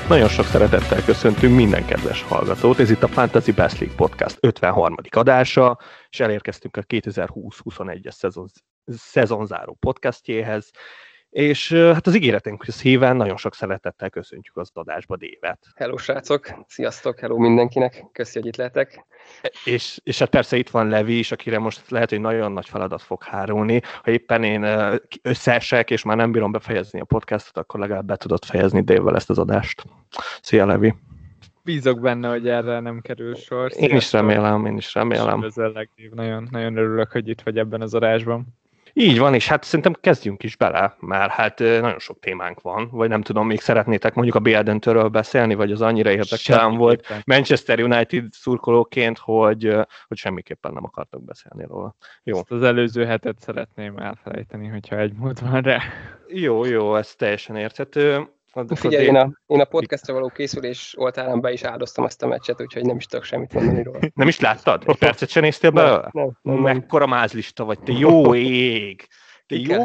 Nagyon sok szeretettel köszöntünk minden kedves hallgatót. Ez itt a Fantasy Best League Podcast 53. adása, és elérkeztünk a 2020-21-es szezonzáró podcastjéhez. És hát az ígéretünkhez híven nagyon sok szeretettel köszöntjük az adásba Dévet. Hello srácok, sziasztok, hello mindenkinek, köszi, hogy itt lehetek. És hát persze itt van Levi is, akire most lehet, hogy nagyon nagy feladat fog hárulni. Ha éppen én összeesek, és már nem bírom befejezni a podcastot, akkor legalább be tudod fejezni Dévvel ezt az adást. Szia, Levi! Bízok benne, hogy erre nem kerül sor. Én is remélem. Üdvözöllek, Dév, nagyon örülök, hogy itt vagy ebben az adásban. Így van, és hát szerintem kezdjünk is bele, mert hát nagyon sok témánk van, vagy nem tudom, még szeretnétek mondjuk a BL döntőről beszélni, vagy az annyira érdektelen volt Manchester United szurkolóként, hogy semmiképpen nem akartok beszélni róla. Jó. Ezt az előző hetet szeretném elfelejteni, hogyha egy mód van rá. Jó, ez teljesen érthető. Figyelj, én a podcastra való készülés oltárán be is áldoztam ezt a meccset, úgyhogy nem is tudok semmit mondani róla. Nem is láttad? Egy percet sem néztél belőle? Nem. Mekkora mázlista vagy, te jó ég! Te jó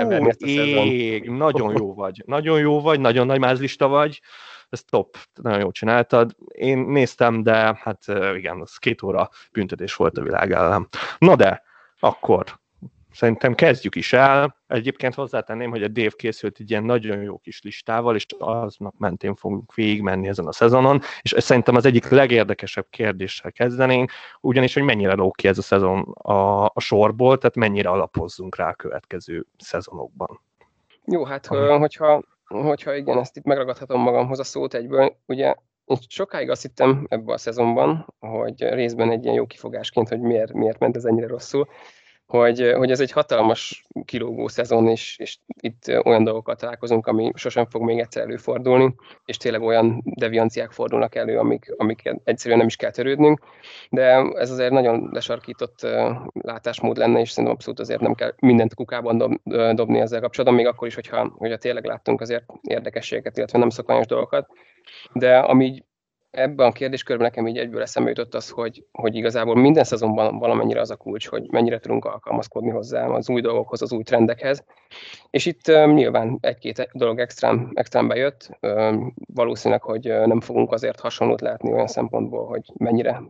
ég! Nagyon jó vagy, nagyon nagy mázlista vagy. Ez top, nagyon jól csináltad. Én néztem, de hát igen, az 2 óra büntetés volt a világ ellen. Na de, akkor szerintem kezdjük is el. Egyébként hozzátenném, hogy a Dave készült egy ilyen nagyon jó kis listával, és aznak mentén fogunk végigmenni ezen a szezonon, és szerintem az egyik legérdekesebb kérdéssel kezdenénk, ugyanis, hogy mennyire lóg ki ez a szezon a sorból, tehát mennyire alapozzunk rá a következő szezonokban. Jó, hát hogyha igen, ezt itt megragadhatom magamhoz a szót egyből, ugye én sokáig azt hittem ebben a szezonban, hogy részben egy ilyen jó kifogásként, hogy miért ment ez ennyire rosszul, hogy ez egy hatalmas kilógó szezon, és itt olyan dolgokkal találkozunk, ami sosem fog még egyszer előfordulni, és tényleg olyan devianciák fordulnak elő, amik egyszerűen nem is kell törődnünk, de ez azért nagyon lesarkított látásmód lenne, és szerintem abszolút azért nem kell mindent kukában dobni ezzel kapcsolatban, még akkor is, hogyha tényleg láttunk azért érdekességeket, illetve nem szokványos dolgokat, de ami ebben a kérdéskörben nekem így egyből eszembe jutott az, hogy igazából minden szezonban valamennyire az a kulcs, hogy mennyire tudunk alkalmazkodni hozzá az új dolgokhoz, az új trendekhez. És itt nyilván egy-két dolog extrán bejött. Valószínűleg, hogy nem fogunk azért hasonlót látni olyan szempontból, hogy mennyire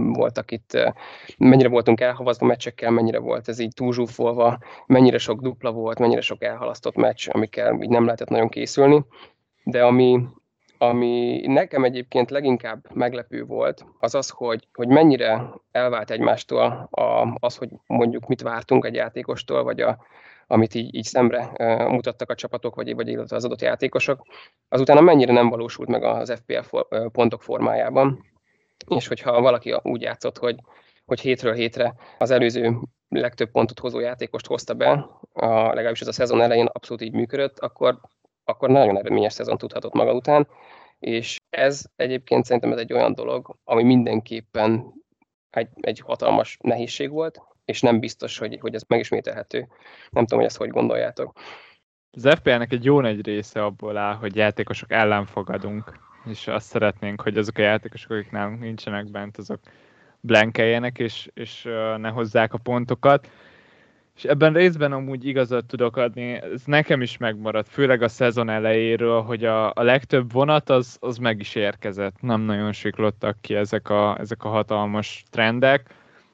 voltunk elhavazva meccsekkel, mennyire volt ez így túlzsúfolva, mennyire sok dupla volt, mennyire sok elhalasztott meccs, amikkel így nem lehetett nagyon készülni. De ami nekem egyébként leginkább meglepő volt, az, hogy mennyire elvált egymástól az, hogy mondjuk mit vártunk egy játékostól, vagy amit így szemre mutattak a csapatok, vagy illetve az adott játékosok, azután mennyire nem valósult meg az FPL pontok formájában. És hogyha valaki úgy játszott, hogy hétről hétre az előző legtöbb pontot hozó játékost hozta be, legalábbis ez a szezon elején abszolút így működött, akkor nagyon eredményes szezon tudhatott maga után, és ez egyébként szerintem ez egy olyan dolog, ami mindenképpen egy hatalmas nehézség volt, és nem biztos, hogy ez megismételhető. Nem tudom, hogy ezt hogy gondoljátok. Az FPL-nek egy jó nagy része abból áll, hogy játékosok ellen fogadunk, és azt szeretnénk, hogy azok a játékosok, akik nálunk nincsenek bent, azok blankeljenek, és ne hozzák a pontokat. És ebben részben amúgy igazat tudok adni, ez nekem is megmaradt, főleg a szezon elejéről, hogy a legtöbb vonat az meg is érkezett. Nem nagyon siklottak ki ezek a hatalmas trendek,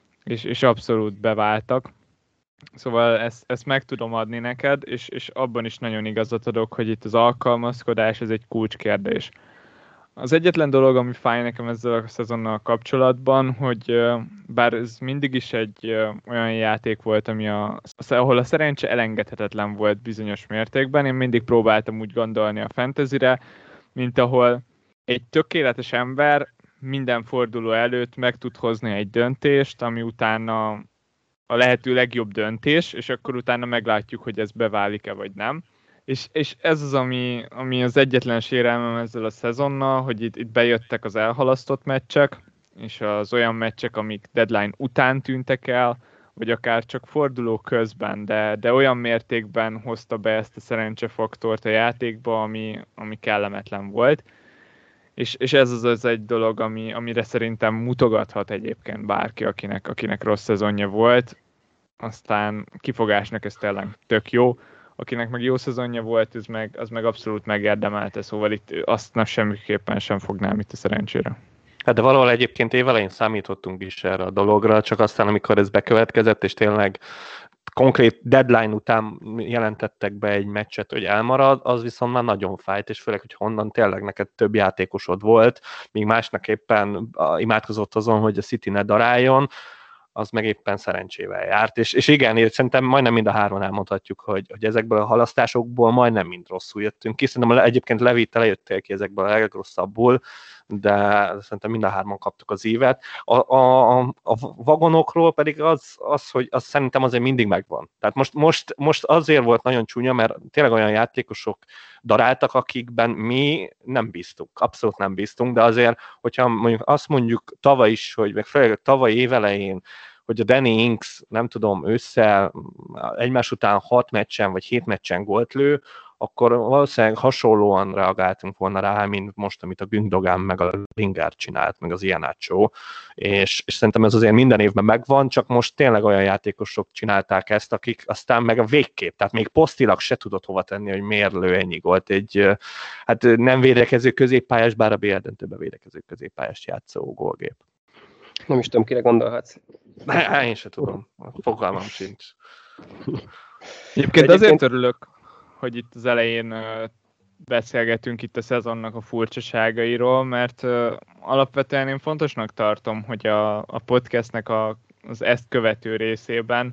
és abszolút beváltak. Szóval ezt meg tudom adni neked, és abban is nagyon igazat adok, hogy itt az alkalmazkodás, ez egy kulcskérdés. Az egyetlen dolog, ami fáj nekem ezzel a szezonnal kapcsolatban, hogy bár ez mindig is egy olyan játék volt, ahol a szerencse elengedhetetlen volt bizonyos mértékben, én mindig próbáltam úgy gondolni a fantasyre, mint ahol egy tökéletes ember minden forduló előtt meg tud hozni egy döntést, ami utána a lehető legjobb döntés, és akkor utána meglátjuk, hogy ez beválik-e vagy nem. És ez az, ami az egyetlen sérelmem ezzel a szezonnal, hogy itt bejöttek az elhalasztott meccsek, és az olyan meccsek, amik deadline után tűntek el, vagy akár csak forduló közben, de olyan mértékben hozta be ezt a szerencsefaktort a játékba, ami kellemetlen volt. És ez az egy dolog, amire szerintem mutogathat egyébként bárki, akinek rossz szezonja volt. Aztán kifogásnak ez tényleg tök jó. akinek meg jó szezonja volt, az meg abszolút megérdemelte, szóval itt azt semmiképpen sem fognám itt a szerencsére. Hát de valahol egyébként évelején számítottunk is erre a dologra, csak aztán, amikor ez bekövetkezett, és tényleg konkrét deadline után jelentettek be egy meccset, hogy elmarad, az viszont már nagyon fájt, és főleg, hogy honnan tényleg neked több játékosod volt, míg másnak éppen imádkozott azon, hogy a City ne daráljon, az meg éppen szerencsével járt. És igen, szerintem majdnem mind a hárman elmondhatjuk, hogy ezekből a halasztásokból majdnem mind rosszul jöttünk ki. Szerintem egyébként Levi, te lejöttél ki ezekből a legrosszabbul, de szerintem mind a hárman kaptuk az ívet. A vagonokról pedig hogy az szerintem azért mindig megvan. Tehát most azért volt nagyon csúnya, mert tényleg olyan játékosok daráltak, akikben mi nem bíztunk, abszolút nem bíztunk, de azért, hogyha mondjuk azt mondjuk tavaly is, hogy meg főleg tavaly évelején, hogy a Danny Ings, nem tudom, ősszel egymás után 6 meccsen vagy 7 meccsen gólt lő, akkor valószínűleg hasonlóan reagáltunk volna rá, mint most, amit a Gündogan meg a Lingard csinált, meg az Iheanacho, és szerintem ez azért minden évben megvan, csak most tényleg olyan játékosok csinálták ezt, akik aztán meg a végképp, tehát még posztilag se tudott hova tenni, hogy miért lő ennyi gólt. Hát nem védekező középpályás, bár a BL döntőben védekező középpályást játszó gólgép. Nem is tudom, kire gondolhatsz. Én se tudom, fogalmam sincs. Egyébként azért örülök, hogy itt az elején beszélgetünk itt a szezonnak a furcsaságairól, mert alapvetően én fontosnak tartom, hogy a podcastnek az ezt követő részében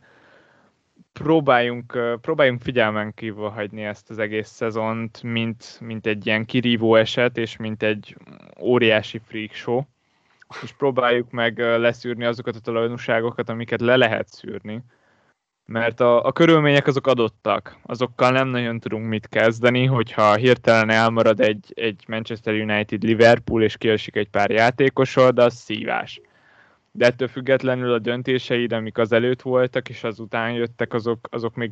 próbáljunk figyelmen kívül hagyni ezt az egész szezont, mint egy ilyen kirívó eset, és mint egy óriási freak show, és próbáljuk meg leszűrni azokat a tulajdonságokat, amiket le lehet szűrni. Mert a körülmények azok adottak, azokkal nem nagyon tudunk mit kezdeni, hogyha hirtelen elmarad egy Manchester United Liverpool, és kiesik egy pár játékosod, az szívás. De ettől függetlenül a döntéseid, amik azelőtt voltak, és azután jöttek, azok még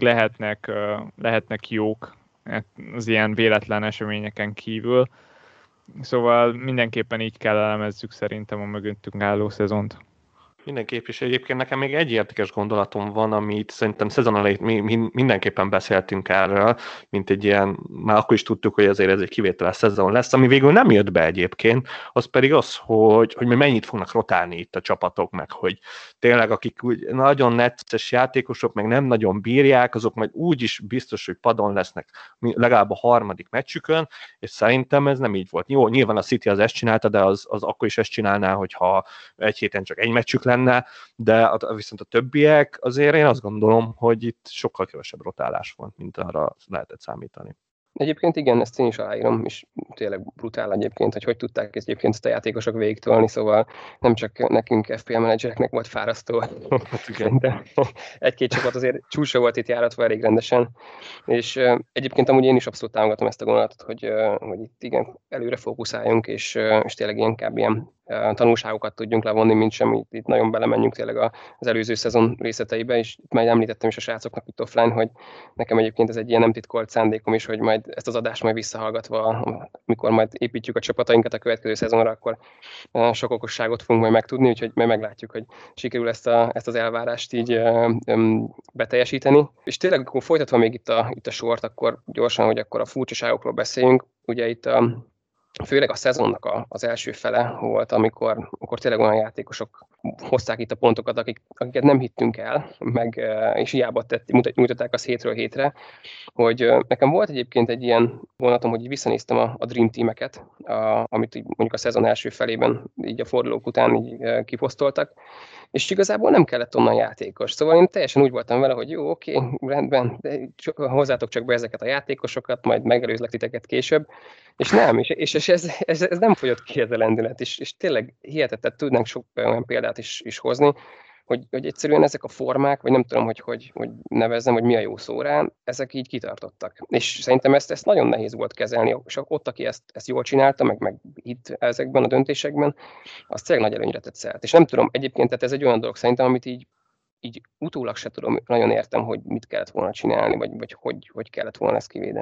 lehetnek jók az ilyen véletlen eseményeken kívül. Szóval mindenképpen így kell elemezzük szerintem a mögöttünk álló szezont. Mindenképp is. Egyébként nekem még egy érdekes gondolatom van, amit szerintem szezon elején mi mindenképpen beszéltünk erről, mint egy ilyen, már akkor is tudtuk, hogy azért ez egy kivételes szezon lesz, ami végül nem jött be egyébként, az pedig az, hogy mennyit fognak rotálni itt a csapatok, meg hogy tényleg akik úgy nagyon necces játékosok, meg nem nagyon bírják, azok majd úgy is biztos, hogy padon lesznek legalább a harmadik meccsükön, és szerintem ez nem így volt. Jó, nyilván a City az ezt csinálta, de az akkor is ezt csinálná, hogyha egy héten csak egy meccsük lenne, de viszont a többiek azért én azt gondolom, hogy itt sokkal kevesebb rotálás van, mint arra lehetett számítani. Egyébként igen, ezt én is aláírom, és tényleg brutál egyébként, hogy tudták ezt a játékosok végigtolni, szóval nem csak nekünk FPL menedzsereknek volt fárasztó. De egy-két csapat azért csúcsra volt itt járatva elég rendesen, és egyébként amúgy én is abszolút támogatom ezt a gondolatot, hogy itt igen, előre fókuszáljunk, és tényleg inkább ilyen tanulságokat tudjunk levonni, mint sem itt nagyon belemenjünk tényleg az előző szezon részleteibe, és itt már említettem is a srácoknak itt offline, hogy nekem egyébként ez egy ilyen nem titkolt szándékom is, hogy majd ezt az adást majd visszahallgatva, amikor majd építjük a csapatainkat a következő szezonra, akkor sok okosságot fogunk majd megtudni, úgyhogy majd meglátjuk, hogy sikerül ezt az elvárást így beteljesíteni. És tényleg akkor folytatva még itt a sort, akkor gyorsan, hogy akkor a furcsaságokról beszéljünk. Ugye itt főleg a szezonnak az első fele volt, amikor tényleg olyan játékosok hozták itt a pontokat, akiket nem hittünk el, és hiába nyújtották azt hétről hétre, hogy nekem volt egyébként egy ilyen vonatom, hogy így visszanéztem a Dream Team-eket, amit így mondjuk a szezon első felében így a fordulók után így kiposztoltak, és igazából nem kellett onnan játékos. Szóval én teljesen úgy voltam vele, hogy jó, oké, rendben, de hozzátok csak be ezeket a játékosokat, majd megelőzlek titeket később, és nem, és ez nem fogyott ki ez a lendület, és tényleg hihetetlen tudnánk sok olyan példát is hozni, hogy egyszerűen ezek a formák, vagy nem tudom, hogy nevezzem, hogy mi a jó szó rá, ezek így kitartottak. És szerintem ezt nagyon nehéz volt kezelni, és ott, aki ezt jól csinálta, meg itt ezekben a döntésekben, az tényleg nagy előnyre tett szert. És nem tudom, egyébként tehát ez egy olyan dolog szerintem, amit így utólag se tudom, nagyon értem, hogy mit kellett volna csinálni, vagy hogy kellett volna ezt kivédeni.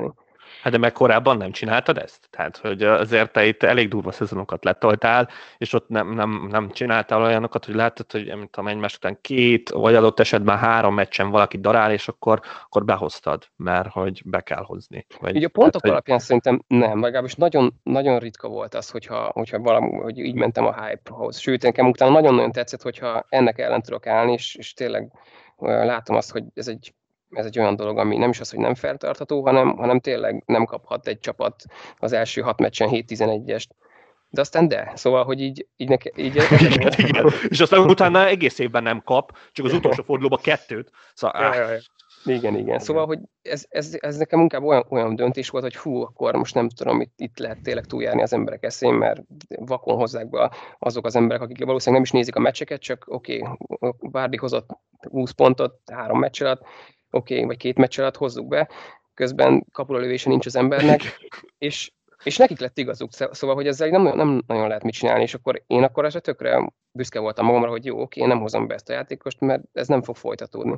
Hát de meg korábban nem csináltad ezt? Tehát, hogy azért te itt elég durva szezonokat letoltál, és ott nem csináltál olyanokat, hogy láttad, hogy nem tudom, egymás után 2, vagy adott esetben 3 meccsen valaki darál, és akkor behoztad, mert hogy be kell hozni. Vagy, Ugye a pontok alapján szerintem nem, legalábbis nagyon, nagyon ritka volt az, hogyha valami, hogy így mentem a hype-hoz. Sőt, nekem utána nagyon-nagyon tetszett, hogyha ennek ellen tudok állni, és tényleg látom azt, hogy ez egy olyan dolog, ami nem is az, hogy nem feltartható, hanem tényleg nem kaphat egy csapat az első 6 meccsen 7-11-est. De aztán szóval, hogy így igen. És aztán utána egész évben nem kap, csak az utolsó fordulóban 2. Szóval, Igen. Szóval, hogy ez nekem inkább olyan döntés volt, hogy hú, akkor most nem tudom, itt lehet tényleg túljárni az emberek eszén, mert vakon hozzák be azok az emberek, akik valószínűleg nem is nézik a meccseket, csak oké, Vardy hozott 20 pontot 3 meccs alatt, oké, vagy 2 meccs alatt hozzuk be, közben kapulölövése nincs az embernek, és nekik lett igazuk, szóval, hogy ezzel nem nagyon lehet mit csinálni, és akkor én ezzel tökre büszke voltam magamra, hogy jó, oké, nem hozom be ezt a játékost, mert ez nem fog folytatódni.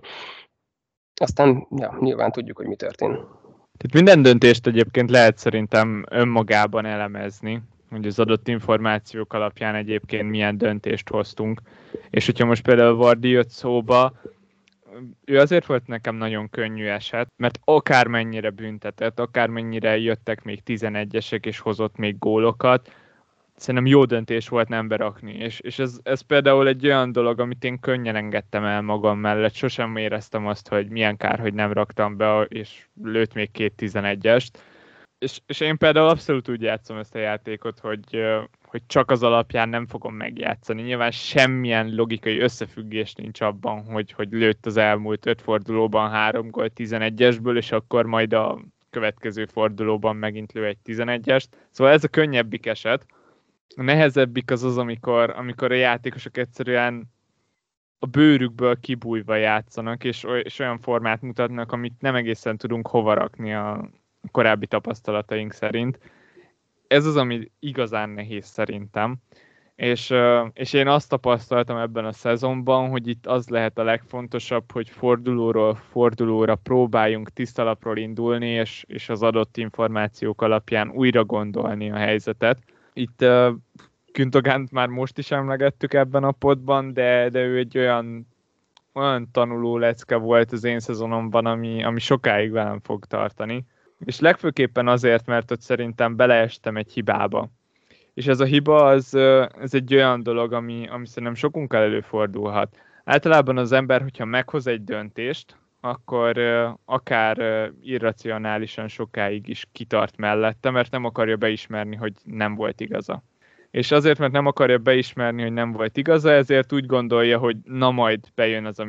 Aztán nyilván tudjuk, hogy mi történt. Tehát minden döntést egyébként lehet szerintem önmagában elemezni, hogy az adott információk alapján egyébként milyen döntést hoztunk. És hogyha most például Vardy jött szóba, ő azért volt nekem nagyon könnyű eset, mert akármennyire büntetett, akármennyire jöttek még 11-esek és hozott még gólokat, szerintem jó döntés volt nem berakni, és ez például egy olyan dolog, amit én könnyen engedtem el magam mellett, sosem éreztem azt, hogy milyen kár, hogy nem raktam be, és lőtt még 2 11-est, és én például abszolút úgy játszom ezt a játékot, hogy csak az alapján nem fogom megjátszani. Nyilván semmilyen logikai összefüggés nincs abban, hogy lőtt az elmúlt 5 fordulóban 3 gólt 11-esből, és akkor majd a következő fordulóban megint lő egy 11-est. Szóval ez a könnyebbik eset. A nehezebbik az, amikor a játékosok egyszerűen a bőrükből kibújva játszanak, és olyan formát mutatnak, amit nem egészen tudunk hova rakni a korábbi tapasztalataink szerint. Ez az, ami igazán nehéz szerintem. És én azt tapasztaltam ebben a szezonban, hogy itt az lehet a legfontosabb, hogy fordulóról fordulóra próbáljunk tisztalapról indulni, és az adott információk alapján újra gondolni a helyzetet. Itt Gündogánt már most is emlegettük ebben a podban, de ő egy olyan tanuló lecke volt az én szezonomban, ami sokáig velem fog tartani. És legfőképpen azért, mert ott szerintem beleestem egy hibába. És ez a hiba, ez egy olyan dolog, ami szerintem sokunkkal előfordulhat. Általában az ember, hogyha meghoz egy döntést, akkor akár irracionálisan sokáig is kitart mellette, mert nem akarja beismerni, hogy nem volt igaza. És azért, mert nem akarja beismerni, hogy nem volt igaza, ezért úgy gondolja, hogy na majd bejön az,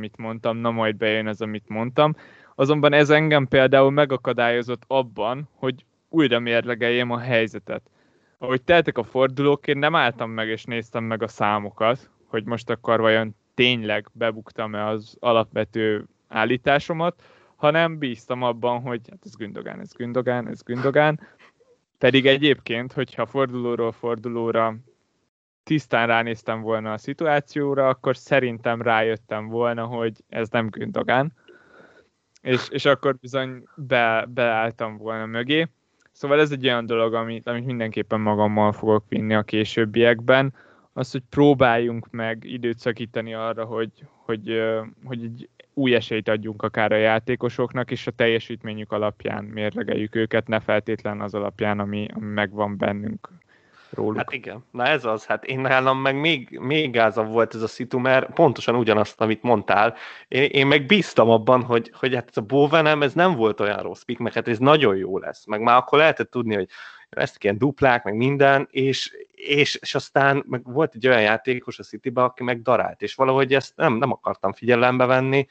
amit mondtam, Azonban ez engem például megakadályozott abban, hogy újra mérlegeljem a helyzetet. Ahogy teltek a fordulók, én nem álltam meg és néztem meg a számokat, hogy most akkor vajon tényleg bebuktam-e az alapvető állításomat, hanem bíztam abban, hogy hát ez Gündogan. Pedig egyébként, hogyha fordulóról fordulóra tisztán ránéztem volna a szituációra, akkor szerintem rájöttem volna, hogy ez nem Gündogan, és akkor bizony beálltam volna mögé. Szóval ez egy olyan dolog, amit mindenképpen magammal fogok vinni a későbbiekben, az, hogy próbáljunk meg időt szakítani arra, hogy egy új esélyt adjunk akár a játékosoknak, és a teljesítményük alapján mérlegeljük őket, ne feltétlen az alapján, ami megvan bennünk róluk. Hát igen, na ez az, hát én nálam meg még gázabb volt ez a szitu, mert pontosan ugyanazt, amit mondtál, én meg bíztam abban, hogy hát ez a Bowenem, ez nem volt olyan rossz pick, meg hát ez nagyon jó lesz, meg már akkor lehetett tudni, hogy ezt ilyen duplák, meg minden, és aztán meg volt egy olyan játékos a Cityben, aki meg darált, és valahogy ezt nem akartam figyelembe venni,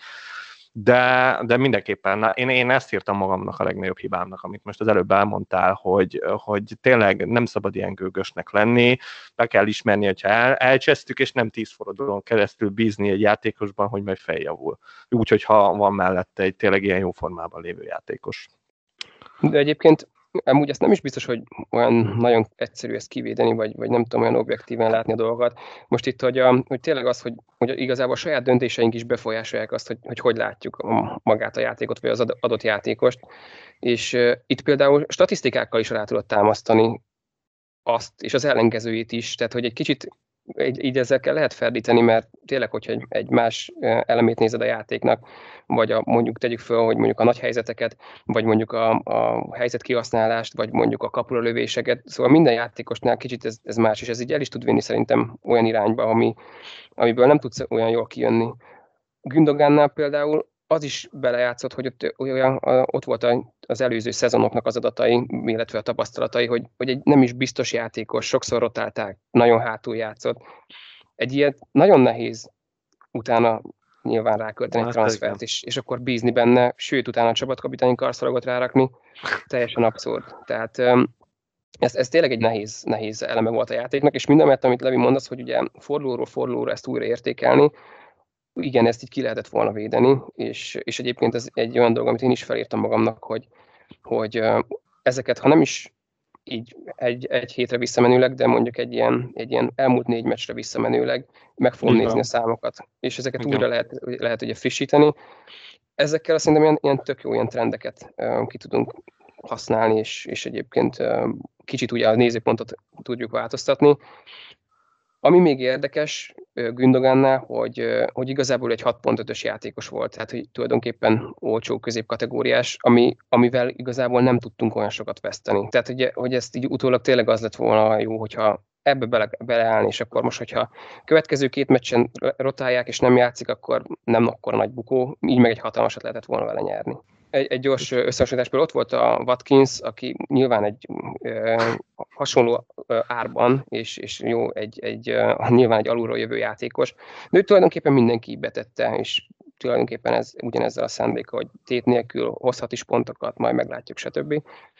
de mindenképpen én ezt írtam magamnak a legnagyobb hibámnak, amit most az előbb elmondtál, hogy tényleg nem szabad ilyen gőgösnek lenni, be kell ismerni, hogyha elcsesztük, és nem 10 fordulón keresztül bízni egy játékosban, hogy majd feljavul. Úgy, hogyha van mellette egy tényleg ilyen jó formában lévő játékos. De egyébként amúgy ezt nem is biztos, hogy olyan nagyon egyszerű ezt kivédeni, vagy nem tudom olyan objektíven látni a dolgokat. Most itt, hogy tényleg az, hogy igazából a saját döntéseink is befolyásolják azt, hogy látjuk magát a játékot, vagy az adott játékost. És itt például statisztikákkal is rá tudod támasztani azt, és az ellenkezőjét is, tehát hogy egy kicsit így ezzel kell lehet ferdíteni, mert tényleg, hogyha egy más elemét nézed a játéknak, vagy mondjuk tegyük föl, hogy mondjuk a nagy helyzeteket, vagy mondjuk a helyzet kihasználást, vagy mondjuk a kapura lövéseket, szóval minden játékosnál kicsit ez más, és ez így el is tud vinni szerintem olyan irányba, amiből nem tudsz olyan jól kijönni. Gündogánnál például az is belejátszott, hogy ott volt az előző szezonoknak az adatai, illetve a tapasztalatai, hogy egy nem is biztos játékos, sokszor rotálták, nagyon hátul játszott. Egy ilyet nagyon nehéz utána nyilván rákölteni egy transfert, és akkor bízni benne, sőt, utána a csapatkapitányi karszalagot rárakni, teljesen abszurd. Tehát ez tényleg egy nehéz eleme volt a játéknak, és mindamellett, amit Levi mondasz, hogy ugye fordulóról fordulóra ezt újra értékelni, igen, ezt így ki lehetett volna védeni, és egyébként ez egy olyan dolog, amit én is felírtam magamnak, hogy ezeket, ha nem is így egy hétre visszamenőleg, de mondjuk egy ilyen elmúlt 4 meccsre visszamenőleg meg fogom nézni a számokat, és ezeket újra lehet ugye frissíteni. Ezekkel szerintem ilyen tök jó ilyen trendeket ki tudunk használni, és egyébként kicsit ugye a nézőpontot tudjuk változtatni. Ami még érdekes Gündogánnál, hogy igazából egy 6.5-ös játékos volt, tehát hogy tulajdonképpen olcsó középkategóriás, amivel igazából nem tudtunk olyan sokat veszteni. Tehát ugye, hogy ezt így utólag tényleg az lett volna jó, hogyha ebbe beleállni, és akkor most, hogyha következő 2 meccsen rotálják, és nem játszik, akkor nem akkora nagy bukó, így meg egy hatalmasat lehetett volna vele nyerni. Egy gyors összehasonlításból ott volt a Watkins, aki nyilván egy hasonló árban, és jó, nyilván egy alulról jövő játékos, de ő tulajdonképpen mindenki betette, és tulajdonképpen ez ugyanezzel a szándéka, hogy tét nélkül hozhat is pontokat, majd meglátjuk, stb.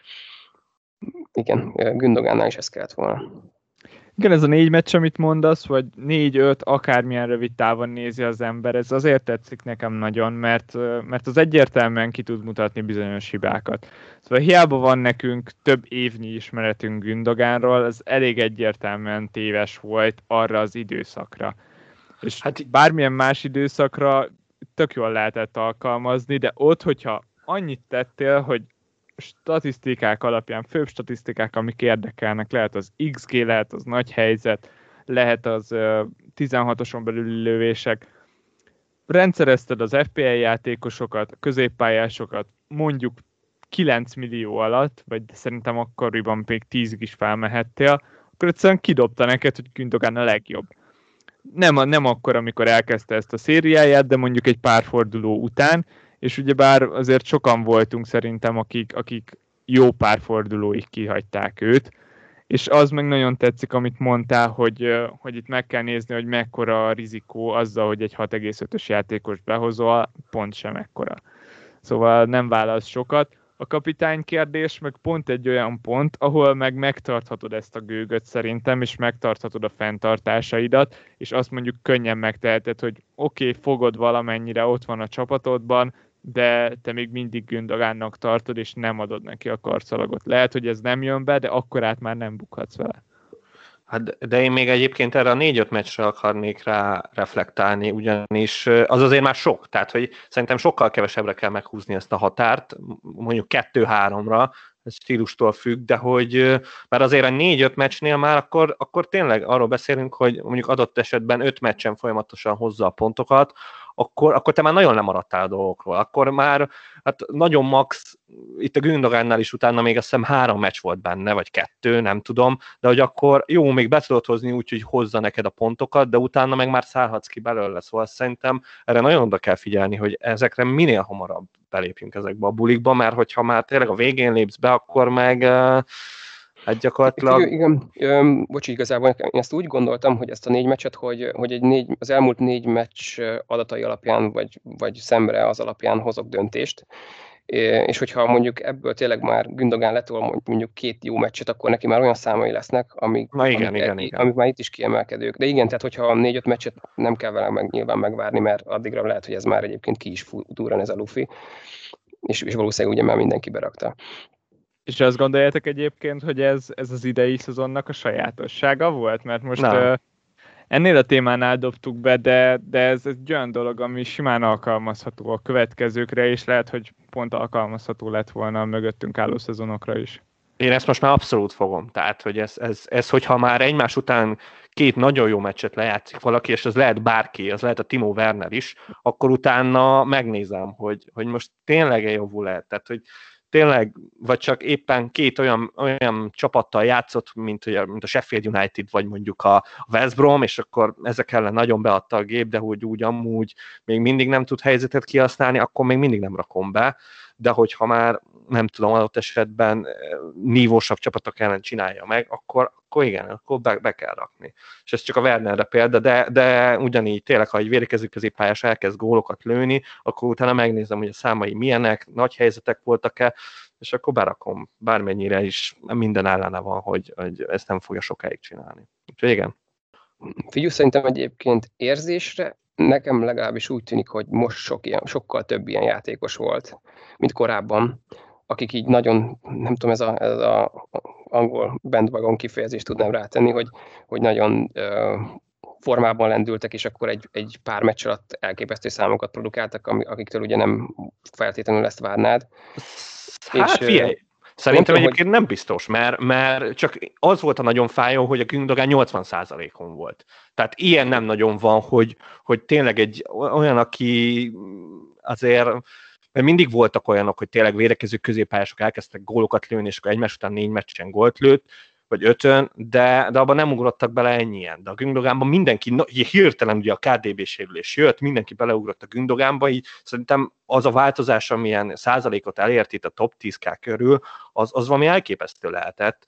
Igen, Gündogánnál is ez kellett volna. Igen, ez a 4 meccs, amit mondasz, vagy 4-5, akármilyen rövid távon nézi az ember, ez azért tetszik nekem nagyon, mert az egyértelműen ki tud mutatni bizonyos hibákat. Szóval hiába van nekünk több évnyi ismeretünk Gündogánról, ez elég egyértelműen téves volt arra az időszakra. És hát bármilyen más időszakra tök jól lehetett alkalmazni, de ott, hogyha annyit tettél, hogy statisztikák alapján, főbb statisztikák, amik érdekelnek, lehet az XG, lehet az nagy helyzet, lehet az 16-oson belüli lövések. Rendszerezted az FPL játékosokat, a középpályásokat mondjuk 9 millió alatt, vagy szerintem akkoriban még 10-ig is felmehettél, akkor egyszerűen kidobta neked, hogy Gündogán a legjobb. Nem akkor, amikor elkezdte ezt a szériáját, de mondjuk egy pár forduló után, és ugyebár azért sokan voltunk szerintem, akik jó pár fordulóig kihagyták őt, és az meg nagyon tetszik, amit mondtál, hogy itt meg kell nézni, hogy mekkora a rizikó azzal, hogy egy 6,5-ös játékos behozol, pont sem ekkora. Szóval nem válasz sokat. A kapitány kérdés meg pont egy olyan pont, ahol meg megtarthatod ezt a gőgöt szerintem, és megtarthatod a fenntartásaidat, és azt mondjuk könnyen megteheted, hogy oké, fogod valamennyire, ott van a csapatodban, de te még mindig Gündogánnak tartod, és nem adod neki a karszalagot. Lehet, hogy ez nem jön be, de akkorát már nem bukhatsz vele. Hát, de én még egyébként erre a 4-5 meccsre akarnék rá reflektálni, ugyanis az azért már sok, tehát hogy szerintem sokkal kevesebbre kell meghúzni ezt a határt, mondjuk 2-3-ra, ez stílustól függ, de hogy mert azért a 4-5 meccsnél már akkor tényleg arról beszélünk, hogy mondjuk adott esetben 5 meccsen folyamatosan hozza a pontokat, akkor te már nagyon lemaradtál a dolgokról. Akkor már hát nagyon max, itt a Gündogánnál is utána még azt hiszem 3 meccs volt benne, vagy 2, nem tudom, de hogy akkor jó, még be tudod hozni úgy, hogy hozza neked a pontokat, de utána meg már szállhatsz ki belőle. Szóval szerintem erre nagyon oda kell figyelni, hogy ezekre minél hamarabb belépjünk ezekbe a bulikba, mert hogyha már tényleg a végén lépsz be, akkor meg hát gyakorlatilag... Igen, bocsi, igazából én ezt úgy gondoltam, hogy ezt a 4 meccset, hogy az elmúlt 4 meccs adatai alapján, vagy szemre az alapján hozok döntést, és hogyha mondjuk ebből tényleg már Gündogán letol mondjuk 2 jó meccset, akkor neki már olyan számai lesznek, amik már itt is kiemelkedők. De igen, tehát hogyha 4-5 meccset nem kell vele nyilván megvárni, mert addigra lehet, hogy ez már egyébként ki is durran ez a lufi, és valószínűleg ugye már mindenki berakta. És azt gondoljátok egyébként, hogy ez az idei szezonnak a sajátossága volt? Mert most ennél a témánál dobtuk be, de ez egy olyan dolog, ami simán alkalmazható a következőkre, és lehet, hogy pont alkalmazható lett volna a mögöttünk álló szezonokra is. Én ezt most már abszolút fogom. Tehát, hogy ez hogyha már egymás után két nagyon jó meccset lejátszik valaki, és az lehet bárki, az lehet a Timo Werner is, akkor utána megnézem, hogy most tényleg javul-e. Tehát, hogy tényleg, vagy csak éppen két olyan csapattal játszott, mint a Sheffield United, vagy mondjuk a West Brom, és akkor ezek ellen nagyon beadta a gép, de hogy úgy amúgy még mindig nem tud helyzetet kihasználni, akkor még mindig nem rakom be. De hogyha már nem tudom, adott esetben nívósabb csapatok ellen csinálja meg, akkor igen, akkor be kell rakni. És ez csak a Wernerre példa, de ugyanígy tényleg, ha egy védekező középpályás elkezd gólokat lőni, akkor utána megnézem, hogy a számai milyenek, nagy helyzetek voltak-e, és akkor berakom, bármennyire is minden ellene van, hogy ezt nem fogja sokáig csinálni. Úgyhogy igen. Figyelj, szerintem egyébként érzésre nekem legalábbis úgy tűnik, hogy most sokkal több ilyen játékos volt, mint korábban, akik így nagyon, nem tudom, ez a angol bandwagon kifejezést tudnám rátenni, hogy nagyon formában lendültek, és akkor egy pár meccs alatt elképesztő számokat produkáltak, akiktől ugye nem feltétlenül ezt várnád. Hát figyelj! Szerintem egyébként nem biztos, mert csak az volt a nagyon fájó, hogy a Gündogan 80%-on volt. Tehát ilyen nem nagyon van, hogy tényleg egy olyan, aki azért, mert mindig voltak olyanok, hogy tényleg védekező középpályások elkezdtek gólokat lőni, és akkor egymás után 4 meccsen gólt lőtt, vagy 5-ön, de abban nem ugrottak bele ennyien. De a Gündoganban mindenki, hirtelen ugye a KDB sérülés jött, mindenki beleugrott a Gündoganba, így szerintem az a változás, amilyen százalékot elért itt a top 10K körül, az valami elképesztő lehetett,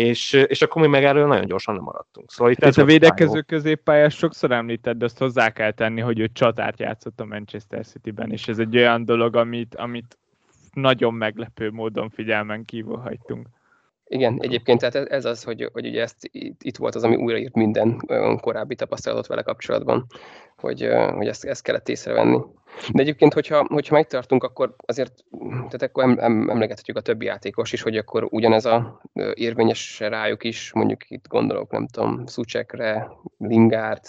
és akkor mi meg erről nagyon gyorsan nem maradtunk. Szóval itt ez a védekező középpályás sokszor említett, de azt hozzá kell tenni, hogy ő csatárt játszott a Manchester Cityben, és ez egy olyan dolog, amit nagyon meglepő módon figyelmen kívül hagytunk. Igen, egyébként tehát ez az, hogy ugye itt volt az, ami újraírt minden korábbi tapasztalatot vele kapcsolatban, hogy ezt kellett észrevenni. De egyébként, hogyha megtartunk, akkor azért, tehát akkor emlegethetjük a többi játékos is, hogy akkor ugyanez a érvényes rájuk is, mondjuk itt gondolok, nem tudom, Soucekre, Lingard,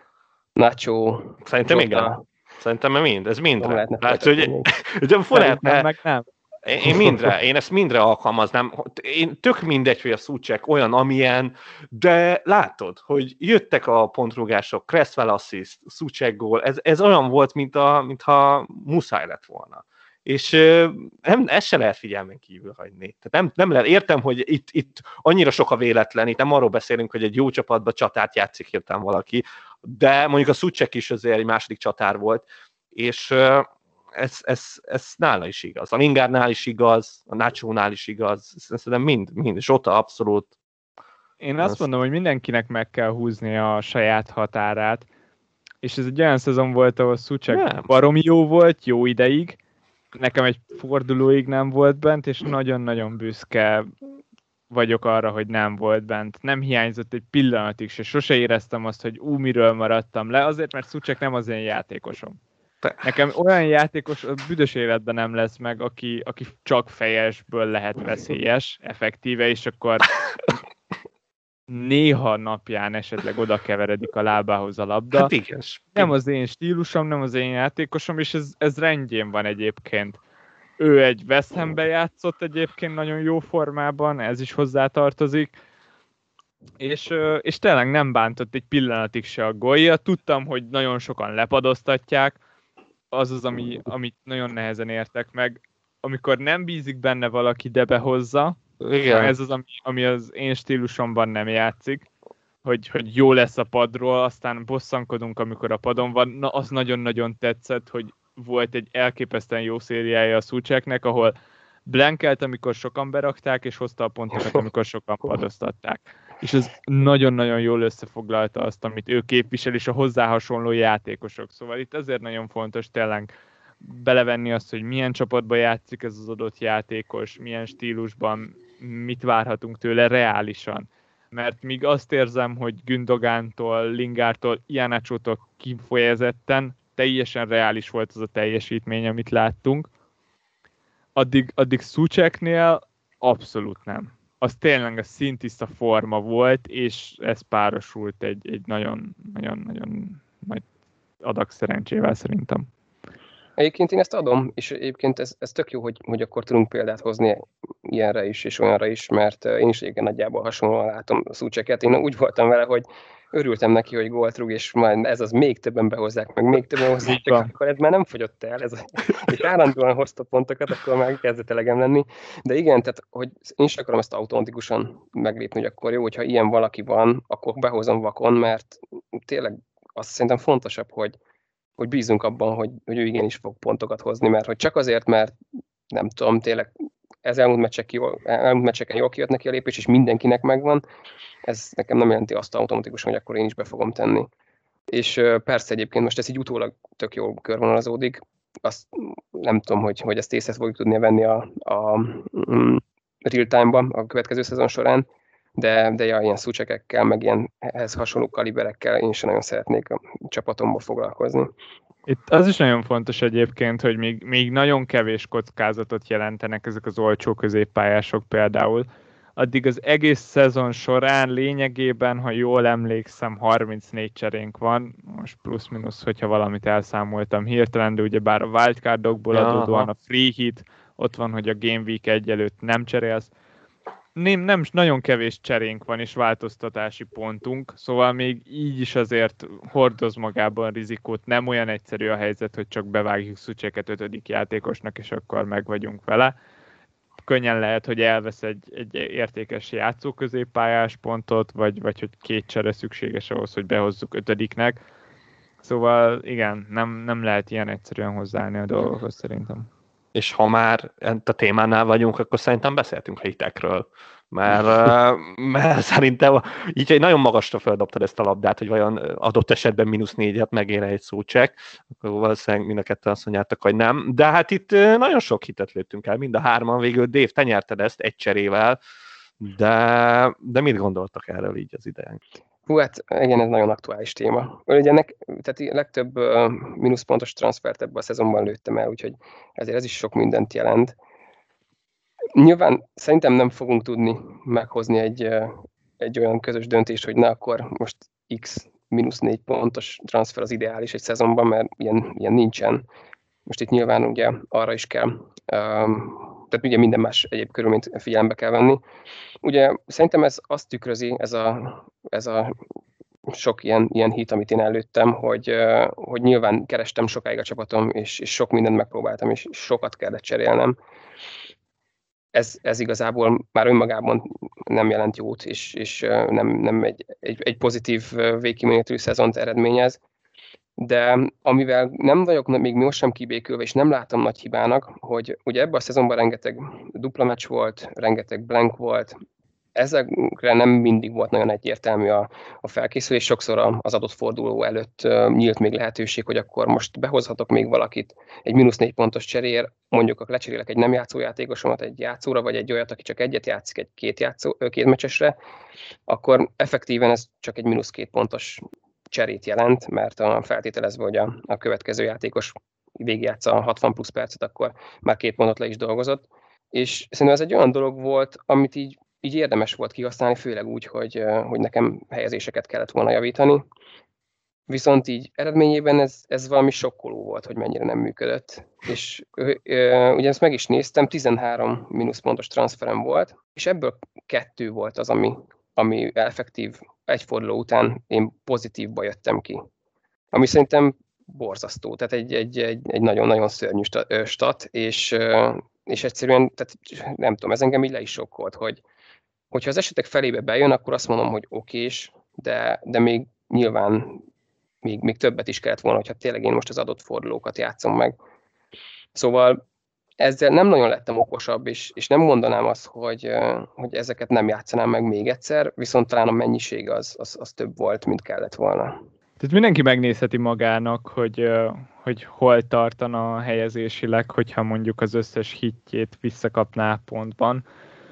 Nacho. Szerintem Jota. igen. Szerintem ez mindre. Hát, hogy nem. Én ezt mindre alkalmaznám. Én tök mindegy, hogy a Soucek olyan, amilyen, de látod, hogy jöttek a pontrugások, Cresswell assist, Soucek gól, ez olyan volt, mintha muszáj lett volna. És ezt se lehet figyelmen kívül hagyni. Tehát nem lehet, értem, hogy itt annyira sok a véletlen, itt nem arról beszélünk, hogy egy jó csapatban csatárt játszik hirtelen valaki, de mondjuk a Soucek is azért egy második csatár volt, és ez nála is igaz. A Lingardnál is igaz, a Nacho-nál is igaz, szerintem mind. Zsota abszolút. Én azt mondom, hogy mindenkinek meg kell húzni a saját határát, és ez egy olyan szezon volt, ahol Soucek baromi jó volt, jó ideig, nekem egy fordulóig nem volt bent, és nagyon-nagyon büszke vagyok arra, hogy nem volt bent. Nem hiányzott egy pillanatig se, sose éreztem azt, hogy miről maradtam le, azért, mert Soucek nem az én játékosom. Nekem olyan játékos a büdös életben nem lesz meg, aki csak fejesből lehet veszélyes, effektíve, és akkor néha napján esetleg oda keveredik a lábához a labda. Hát igen. Nem az én stílusom, nem az én játékosom, és ez rendjén van egyébként. Ő egy West Hambe játszott egyébként nagyon jó formában, ez is hozzátartozik, és tényleg nem bántott egy pillanatig se a gólja. Tudtam, hogy nagyon sokan lepadoztatják, az, amit nagyon nehezen értek meg, amikor nem bízik benne valaki, de behozza. Igen. Ez az, ami az én stílusomban nem játszik, hogy jó lesz a padról, aztán bosszankodunk, amikor a padon van. Na, az nagyon-nagyon tetszett, hogy volt egy elképesztően jó szériája a Souceknek, ahol blankelt, amikor sokan berakták, és hozta a pontokat, amikor sokan padoztatták. És ez nagyon-nagyon jól összefoglalta azt, amit ő képvisel, és a hozzá hasonló játékosok. Szóval itt azért nagyon fontos tényleg belevenni azt, hogy milyen csapatban játszik ez az adott játékos, milyen stílusban, mit várhatunk tőle reálisan. Mert míg azt érzem, hogy Gündogántól, Lingardtól, Iheanacho-tól kifejezetten teljesen reális volt az a teljesítmény, amit láttunk, addig Souceknél abszolút nem. Az tényleg a szintiszta forma volt, és ez párosult egy nagyon-nagyon nagy adag szerencsével szerintem. Egyébként én ezt adom, és egyébként ez tök jó, hogy akkor tudunk példát hozni ilyenre is, és olyanra is, mert én is egyébként nagyjából hasonlóan látom a Součeket. Én úgy voltam vele, hogy örültem neki, hogy gólt rúg, és majd ez az még többen behozzák, meg még többen hozzák, akkor ez már nem fogyott el, és állandóan hozta pontokat, akkor már kezdett elegem lenni. De igen, tehát hogy én is akarom ezt automatikusan meglépni, hogy akkor jó, hogyha ilyen valaki van, akkor behozom vakon, mert tényleg azt szerintem fontosabb, hogy bízunk abban, hogy ő igenis fog pontokat hozni, mert hogy csak azért, mert nem tudom, tényleg ez elmúlt meccseken jól kijött neki a lépés, és mindenkinek megvan, ez nekem nem jelenti azt automatikusan, hogy akkor én is be fogom tenni. És persze egyébként most ez így utólag tök jól körvonalazódik, azt nem tudom, hogy ezt észre fogjuk tudni venni a real time-ba a következő szezon során, de ja, ilyen Součekekkel, meg ilyen ehhez hasonló kaliberekkel én sem nagyon szeretnék a csapatomba foglalkozni. Itt az is nagyon fontos egyébként, hogy még nagyon kevés kockázatot jelentenek ezek az olcsó középpályások például, addig az egész szezon során lényegében, ha jól emlékszem, 34 cserénk van, most plusz-minusz, hogyha valamit elszámoltam hirtelen, de ugyebár a wildcardokból adódóan a free hit, ott van, hogy a Game Week 1 előtt nem cserélsz, nem nagyon kevés cserénk van, és változtatási pontunk, szóval még így is azért hordoz magában rizikót. Nem olyan egyszerű a helyzet, hogy csak bevágjuk Součeket 5. játékosnak, és akkor meg vagyunk vele. Könnyen lehet, hogy elvesz egy értékes játszóközéppályás pontot, vagy hogy 2 csere szükséges ahhoz, hogy behozzuk 5-nek. Szóval igen, nem lehet ilyen egyszerűen hozzáállni a dolgokhoz szerintem. És ha már a témánál vagyunk, akkor szerintem beszéltünk a hitekről. Mert szerintem így egy nagyon magasra feldobtad ezt a labdát, hogy vajon adott esetben -4-et megér egy Souček, akkor valószínűleg mind a ketten azt mondjátok, hogy nem. De hát itt nagyon sok hitet lőttünk el, mind a 3-an végül. Dave, te nyerted ezt egy cserével, de mit gondoltak erről így az idején? Hú, hát igen, ez nagyon aktuális téma. Ugye tehát a legtöbb mínuszpontos transfert ebben a szezonban lőttem el, úgyhogy ezért ez is sok mindent jelent. Nyilván szerintem nem fogunk tudni meghozni egy olyan közös döntést, hogy akkor most X -4 pontos transfer az ideális egy szezonban, mert ilyen nincsen. Most itt nyilván ugye arra is kell, tehát ugye minden más egyéb körülményt figyelembe kell venni. Ugye szerintem ez azt tükrözi, ez a sok ilyen hit, amit én előttem, hogy nyilván kerestem sokáig a csapatom, és sok mindent megpróbáltam, és sokat kellett cserélnem. Ez igazából már önmagában nem jelent jót, és nem egy pozitív végkimenetű szezont eredményez. De amivel nem vagyok még most sem kibékülve, és nem látom nagy hibának, hogy ugye ebben a szezonban rengeteg dupla meccs volt, rengeteg blank volt, ezekre nem mindig volt nagyon egyértelmű a felkészülés, sokszor az adott forduló előtt nyílt még lehetőség, hogy akkor most behozhatok még valakit egy -4 pontos cseréért, mondjuk lecserélek egy nem játszó játékosomat egy játszóra, vagy egy olyat, aki csak egyet játszik egy két meccsesre, akkor effektíven ez csak egy -2 pontos cserét jelent, mert feltételezve, hogy a következő játékos végigjátsza 60 plusz percet, akkor már 2 pontot le is dolgozott. És szerintem ez egy olyan dolog volt, amit így érdemes volt kihasználni, főleg úgy, hogy nekem helyezéseket kellett volna javítani. Viszont így eredményében ez valami sokkoló volt, hogy mennyire nem működött. És ugye ezt meg is néztem, 13 mínuszpontos transferem volt, és ebből 2 volt az, ami effektív egy forduló után én pozitívba jöttem ki. Ami szerintem borzasztó, tehát egy nagyon-nagyon szörnyű stat, és egyszerűen, tehát nem tudom, ez engem így le is sokkolt, hogyha az esetek felébe bejön, akkor azt mondom, hogy okés, de még nyilván még többet is kellett volna, hogyha tényleg én most az adott fordulókat játszom meg. Szóval ezzel nem nagyon lettem okosabb, és nem mondanám azt, hogy ezeket nem játszanám meg még egyszer, viszont talán a mennyiség az több volt, mint kellett volna. Tehát mindenki megnézheti magának, hogy hol tartana helyezésileg, hogyha mondjuk az összes hitjét visszakapná pontban.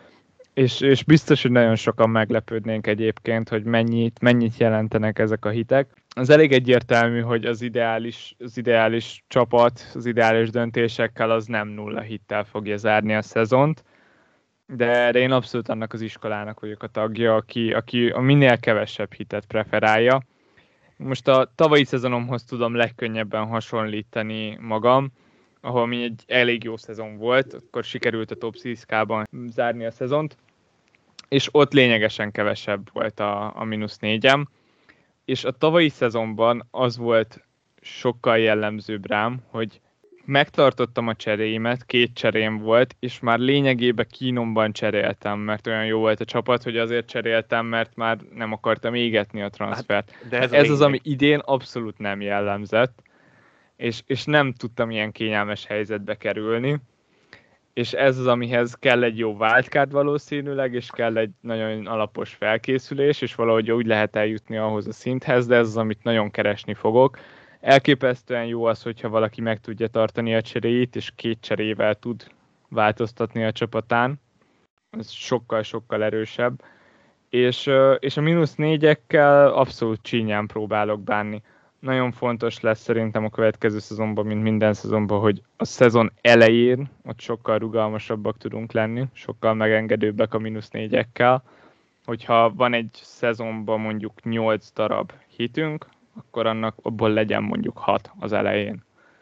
És biztos, hogy nagyon sokan meglepődnénk egyébként, hogy mennyit jelentenek ezek a hitek. Az elég egyértelmű, hogy az ideális csapat, az ideális döntésekkel az nem 0 hittel fogja zárni a szezont. de én abszolút annak az iskolának vagyok a tagja, aki a minél kevesebb hitet preferálja. Most a tavalyi szezonomhoz tudom legkönnyebben hasonlítani magam, ahol mi egy elég jó szezon volt, akkor sikerült a top 10-kában zárni a szezont, és ott lényegesen kevesebb volt a -4-em, és a tavalyi szezonban az volt sokkal jellemzőbb rám, hogy megtartottam a cseréimet, 2 cserém volt, és már lényegében kínomban cseréltem, mert olyan jó volt a csapat, hogy azért cseréltem, mert már nem akartam égetni a transfert. Hát, de ez az, ami idén abszolút nem jellemzett, és nem tudtam ilyen kényelmes helyzetbe kerülni, és ez az, amihez kell egy jó wildcard valószínűleg, és kell egy nagyon alapos felkészülés, és valahogy úgy lehet eljutni ahhoz a szinthez, de ez az, amit nagyon keresni fogok. Elképesztően jó az, hogyha valaki meg tudja tartani a cseréit, és 2 cserével tud változtatni a csapatán. Ez sokkal-sokkal erősebb. És a -4-ekkel abszolút csínyán próbálok bánni. Nagyon fontos lesz szerintem a következő szezonban, mint minden szezonban, hogy a szezon elején ott sokkal rugalmasabbak tudunk lenni, sokkal megengedőbbek a -4-ekkel. Hogyha van egy szezonban mondjuk 8 darab hitünk, akkor abból legyen mondjuk 6 az elején.